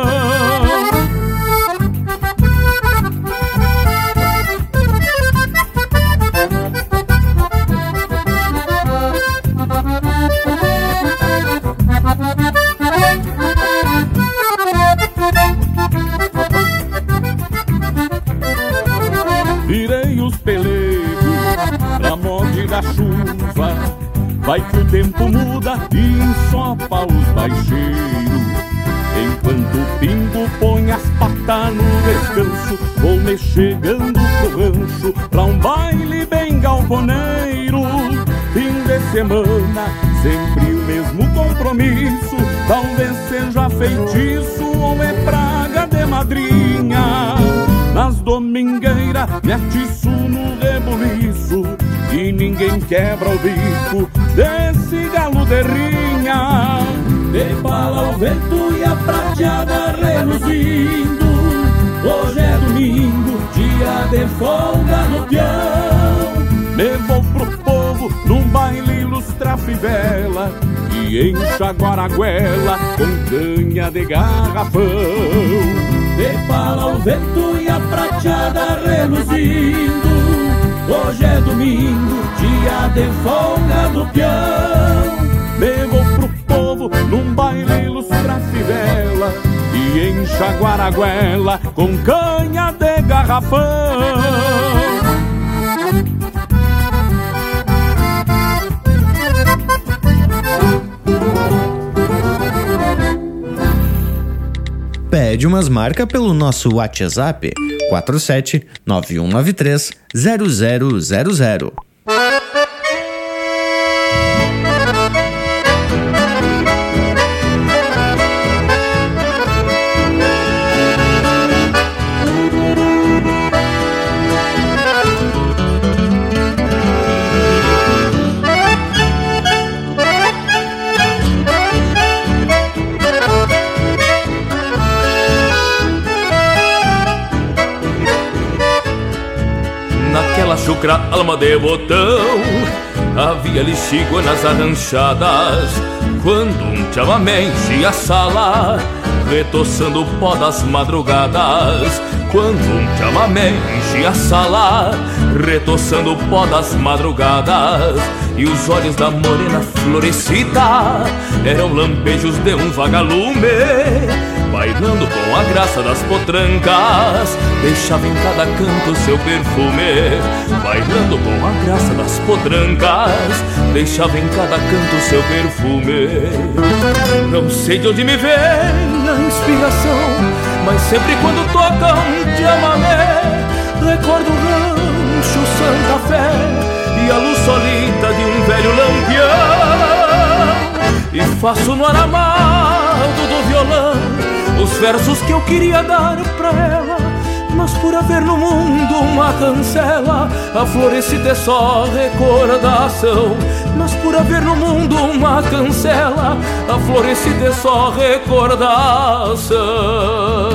Virei os pelegos pra mode da chuva. Vai que o tempo muda e ensopa os baixeiros. Enquanto o pingo põe as patas no descanso, vou me chegando pro rancho pra um baile bem galponeiro. Fim de semana, sempre o mesmo compromisso. Talvez seja feitiço ou é praga de madrinha. Nas domingueiras me atiço no rebuliço e ninguém quebra o bico desse galo de rinha. De bala o vento e a prateada reluzindo. Hoje é domingo, dia de folga no peão. Me vou pro povo num baile ilustra fivela e enxaguar a goela com canha de garrafão. De bala o vento e a prateada reluzindo. Hoje é domingo, dia de folga do peão. Me vou pro povo num baile ilustra fivela e enxaguar a goela com canha de garrafão. Pede umas marcas pelo nosso WhatsApp 47 9193 0000. Chucra, alma de botão, havia lixigo nas arranchadas, quando um chamamé enchia a sala, retoçando o pó das madrugadas. quando um chamamé enchia a sala, retoçando o pó das madrugadas, e os olhos da morena florescida eram lampejos de um vagalume, bailando com a graça das potrancas, deixava em cada canto seu perfume. Bailando com a graça das potrancas, deixava em cada canto seu perfume. Não sei de onde me vem a inspiração, mas sempre quando toca um chamamé, recordo o rancho Santa Fé e a luz solita de um velho lampião, e faço no aramado do violão os versos que eu queria dar pra ela, mas por haver no mundo uma cancela, a florescida é só recordação. Mas por haver no mundo uma cancela, a florescida é só recordação.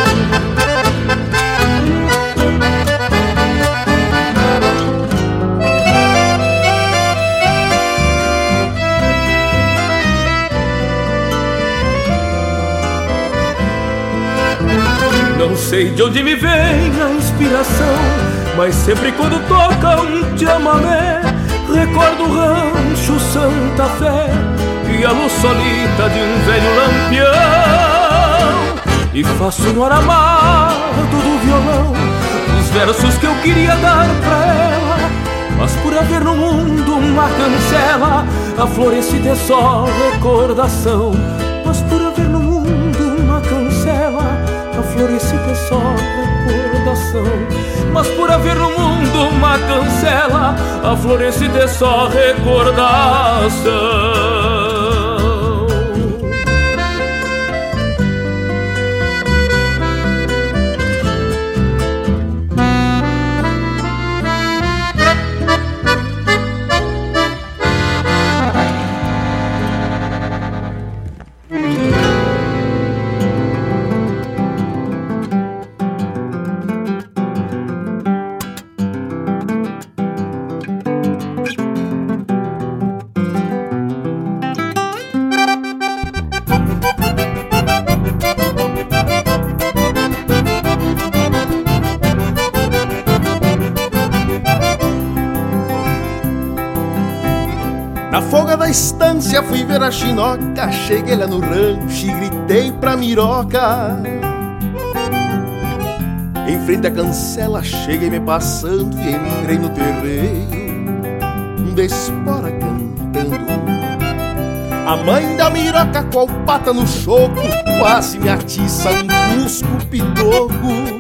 Não sei de onde me vem a inspiração, mas sempre quando toca um chamamé, recordo o rancho Santa Fé e a luz solita de um velho lampião, e faço no aramado do violão os versos que eu queria dar pra ela, mas por haver no mundo uma cancela, a florescida é só recordação. Mas por haver no mundo uma cancela, a florescida é só recordação. Mas por haver no mundo uma cancela, a florescida é só recordação. Na folga da estância fui ver a chinoca, cheguei lá no rancho e gritei pra miroca. Em frente à cancela cheguei me passando e entrei no terreiro, de espora cantando. A mãe da miroca com a pata no choco, quase me atiça um cusco pitoco.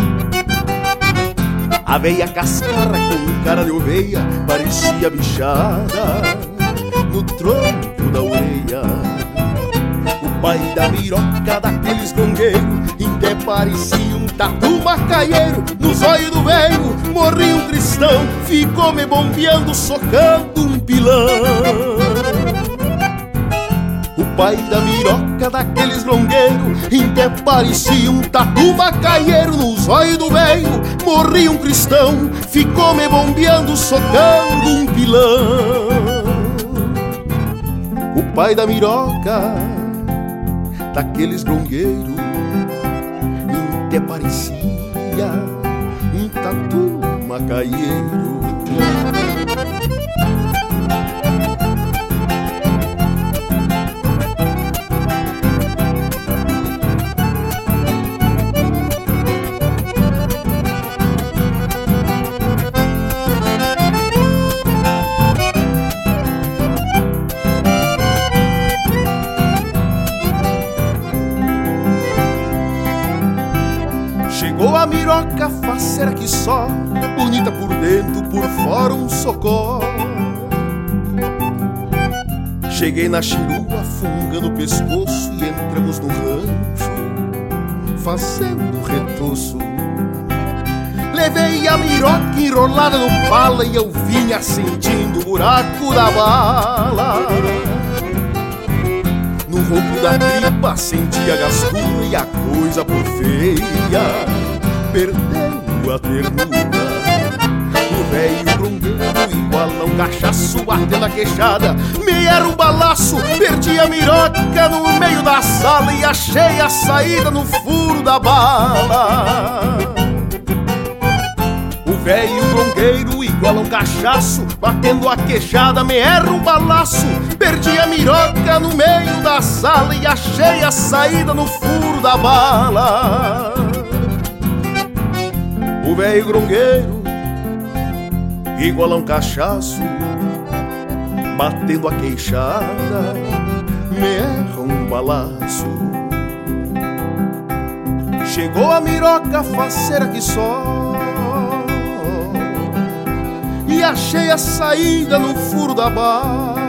A veia cascara com cara de oveia parecia bichada no tronco da orelha. O pai da miroca daqueles gongueiros até parecia um tatu macaieiro. Nos olhos do velho morri um cristão, ficou me bombeando, socando um pilão. O pai da miroca daqueles longueiros até parecia um tatu macaieiro. Nos olhos do velho morri um cristão, ficou me bombeando, socando um pilão. O pai da miroca daqueles grongueiros até parecia um tatu macaieiro. Chegou a miroca faceira que só, bonita por dentro, por fora um socó. Cheguei na chirua, fungando o pescoço, e entramos no rancho, fazendo retoço. Levei a miroca enrolada no pala e eu vinha sentindo o buraco da bala. No ronco da tripa senti a gastura e a coisa por feia perdeu a ternura. O velho grongueiro igual igual a um cachaço batendo a queixada. Me era um balaço, perdi a miroca no meio da sala e achei a saída no furo da bala. O velho bronqueiro igual a um cachaço batendo a queixada. Me era um balaço, perdi a miroca no meio da sala e achei a saída no furo da bala. O velho grongueiro igual a um cachaço batendo a queixada. Me erra um balaço. Chegou a miroca faceira que só e achei a saída no furo da bala.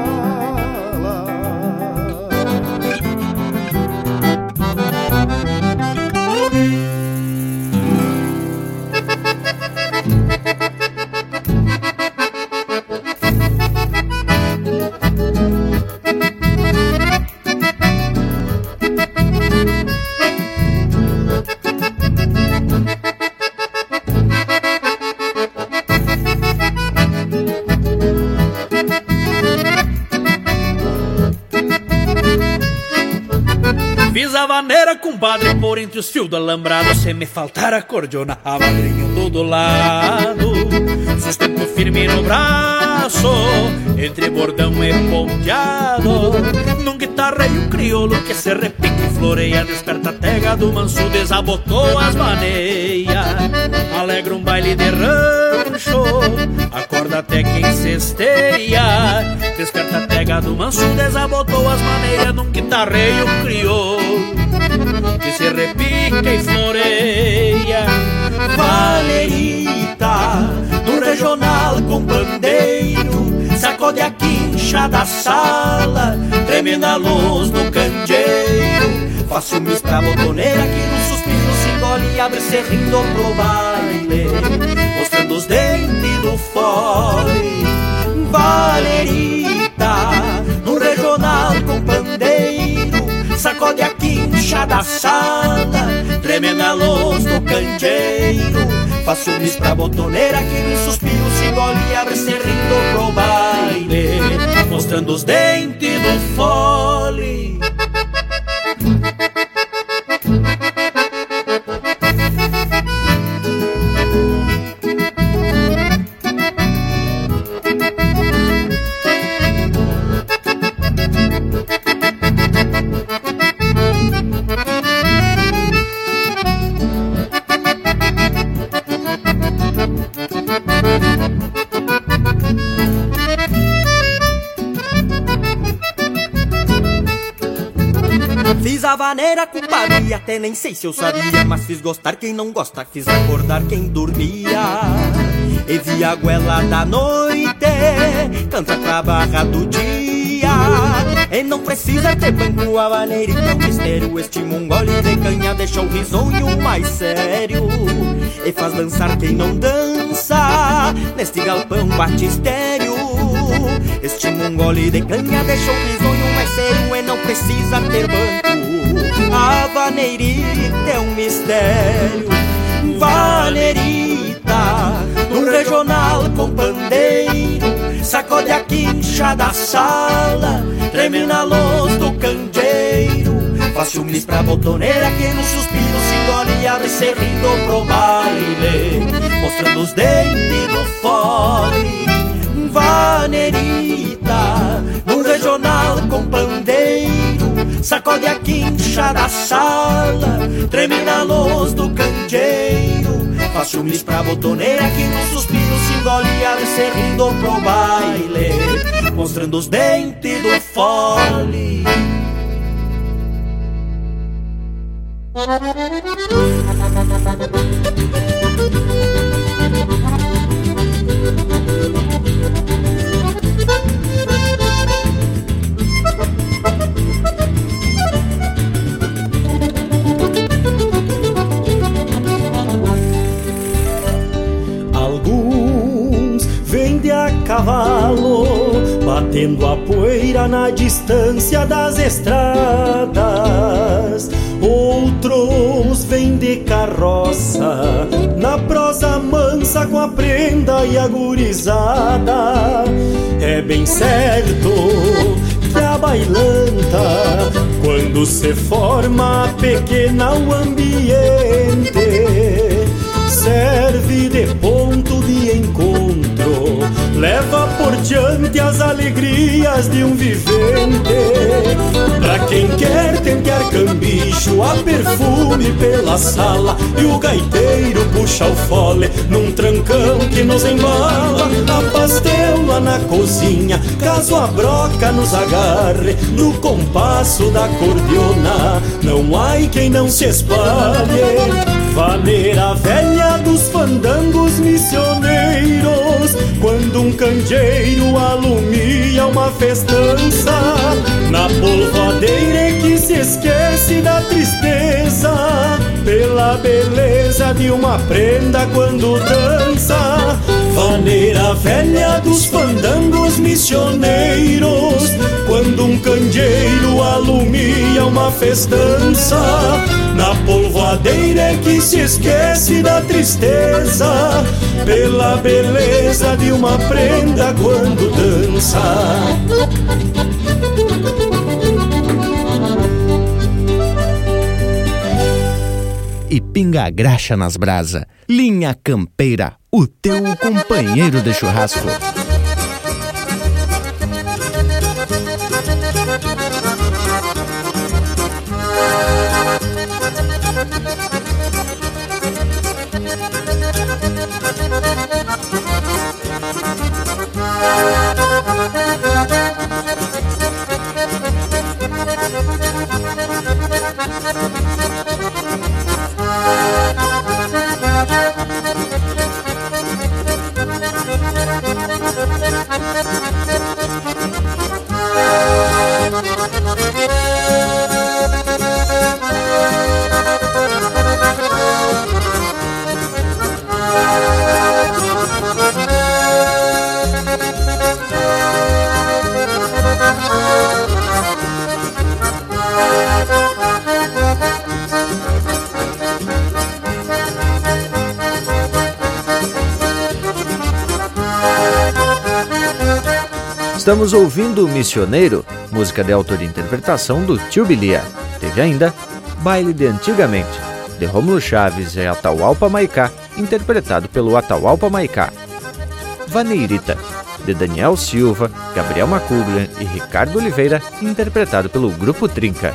Vaneira, compadre, por entre os fios do alambrado. Se me faltar a cordiona, a madrinha do lado. Sustento firme no braço, entre bordão e ponteado. Num guitarreio crioulo que se repica e floreia. Desperta a tega do manso, desabotou as maneias. Alegra um baile de rancho, acorda até quem cesteia. Desperta a tega do manso, desabotou as maneias. Num guitarreio crioulo que se repica e floreia. Valerita, no regional com pandeiro, sacode a quincha da sala, treme na luz do candeeiro. Faço mis pra botoneira que no suspiro se engole e abre-se rindo pro baile, mostrando os dentes do fole. Valerita, no regional com pandeiro, sacode a quincha da sala, treme na luz do candeeiro. Faço mis pra botoneira que no suspiro se engole e abre-se rindo pro baile, mostrando os dentes do fole. Fiz a vaneira, compadre, até nem sei se eu sabia, mas fiz gostar quem não gosta, fiz acordar quem dormia. E vi a goela da noite, canta pra barra do dia. E não precisa ter banco, a vaneira e teu mistério. Este mongole de canha deixa o risonho mais sério e faz dançar quem não dança neste galpão batistério. Este mongole de canha deixa o risonho mais sério e não precisa ter banco. A vaneirita é um mistério. Vaneirita, no regional com pandeiro, sacode a quincha da sala, treme na luz do candeeiro. Faz ciúmes pra botoneira que no suspiro se engole e abre-se rindo pro baile, mostrando os dentes do fole. Vaneirita, no regional com pandeiro, sacode a quincha da sala, treme na luz do candeeiro. Faz ciúmes pra botoneira que no suspiro se engole e abre-se rindo pro baile, mostrando os dentes do fole. Alguns vendem a cavalo, batendo a poeira na distância das estradas. Outros vêm de carroça, na prosa mansa com a prenda e a gurizada. bem certo que a bailanta, quando se forma pequena o ambiente, serve de ponto de encontro, leva por diante as alegrias de um vivente. Pra quem quer tentar cambicho, há perfume pela sala e o gaiteiro puxa o fole num trancão que nos embala. A pastela na cozinha, caso a broca nos agarre, no compasso da cordiona não há quem não se espalhe. Vaneira velha dos fandangos missioneiros, quando um candeeiro alumia uma festança, na polvadeira é que se esquece da tristeza, pela beleza de uma prenda quando dança. Vaneira velha dos fandangos missioneiros, quando um candeeiro alumia uma festança, na polvadeira é que se esquece da tristeza, pela beleza de uma prenda quando dança. E pinga a graxa nas brasa. Linha Campeira, o teu companheiro de churrasco. Estamos ouvindo Missioneiro, música de autoria e interpretação do Tio Bilia. Teve ainda Baile de Antigamente, de Rômulo Chaves e Atahualpa Maicá, interpretado pelo Atahualpa Maicá. Vaneirita, de Daniel Silva, Gabriel Macuglia e Ricardo Oliveira, interpretado pelo Grupo Trinca.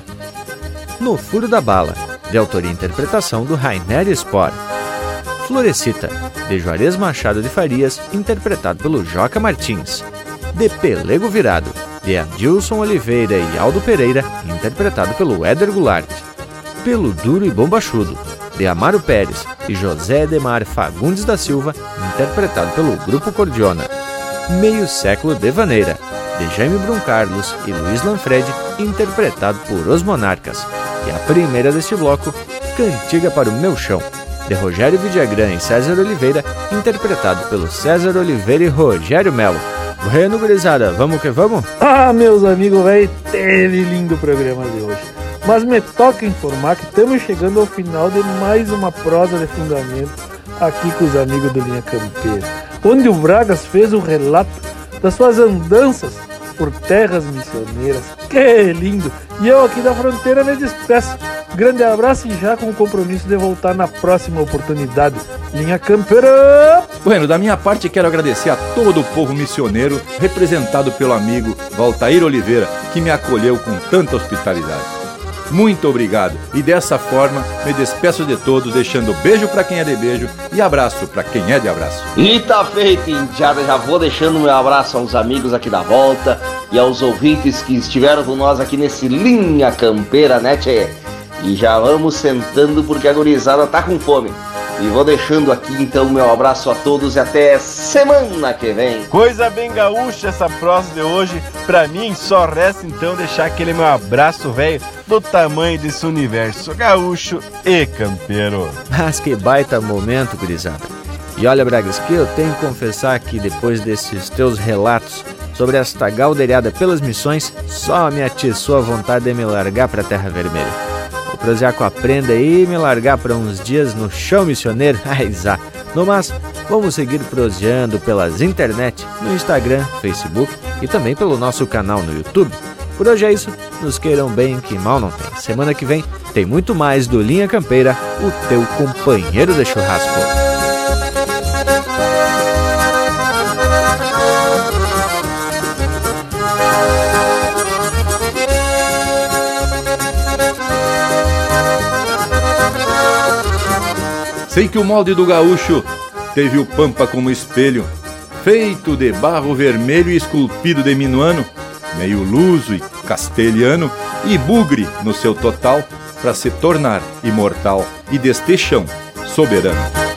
No Furo da Bala, de autoria e interpretação do Rainer Spor. Florecita, de Juarez Machado de Farias, interpretado pelo Joca Martins. De Pelego Virado, de Adilson Oliveira e Aldo Pereira, interpretado pelo Éder Goulart. Pelo Duro e Bombachudo, de Amaro Pérez e José Edemar Fagundes da Silva, interpretado pelo Grupo Cordiona. Meio Século de Vaneira, de Jaime Brum Carlos e Luiz Lanfredi, interpretado por Os Monarcas. E a primeira deste bloco, Cantiga para o Meu Chão, de Rogério Vidagrã e César Oliveira, interpretado pelo César Oliveira e Rogério Melo. Bueno, gurizada, vamos que vamos? Ah, meus amigos, velho, teve lindo programa de hoje. Mas me toca informar que estamos chegando ao final de mais uma prosa de fundamento aqui com os amigos do Linha Campeira, onde o Bragas fez o relato das suas andanças por terras missioneiras. Que lindo! E eu aqui da fronteira me despeço. Grande abraço e já com o compromisso de voltar na próxima oportunidade. Linha Campeira! Bueno, da minha parte quero agradecer a todo o povo missioneiro representado pelo amigo Valtair Oliveira, que me acolheu com tanta hospitalidade. Muito obrigado e dessa forma me despeço de todos, deixando beijo para quem é de beijo e abraço para quem é de abraço. E tá feito, indiada, já vou deixando meu abraço aos amigos aqui da volta e aos ouvintes que estiveram com nós aqui nesse Linha Campeira, né, tchê? E já vamos sentando porque a gurizada tá com fome. E vou deixando aqui então meu abraço a todos e até semana que vem. Coisa bem gaúcha essa prosa de hoje. Pra mim só resta então deixar aquele meu abraço velho do tamanho desse universo gaúcho e campeiro. Mas que baita momento, gurizada. E olha, Bragas, que eu tenho que confessar que depois desses teus relatos sobre esta galdeirada pelas missões, só me atiçou a vontade de me largar pra Terra Vermelha. Prosear com a prenda e me largar para uns dias no chão missioneiro. No mas, Vamos seguir proseando pelas internet, no Instagram, Facebook e também pelo nosso canal no YouTube. Por hoje é isso, nos queiram bem que mal não tem. Semana que vem tem muito mais do Linha Campeira, o teu companheiro de churrasco. Sei que o molde do gaúcho teve o pampa como espelho, feito de barro vermelho e esculpido de minuano, meio luso e castelhano e bugre no seu total, para se tornar imortal e deste chão soberano.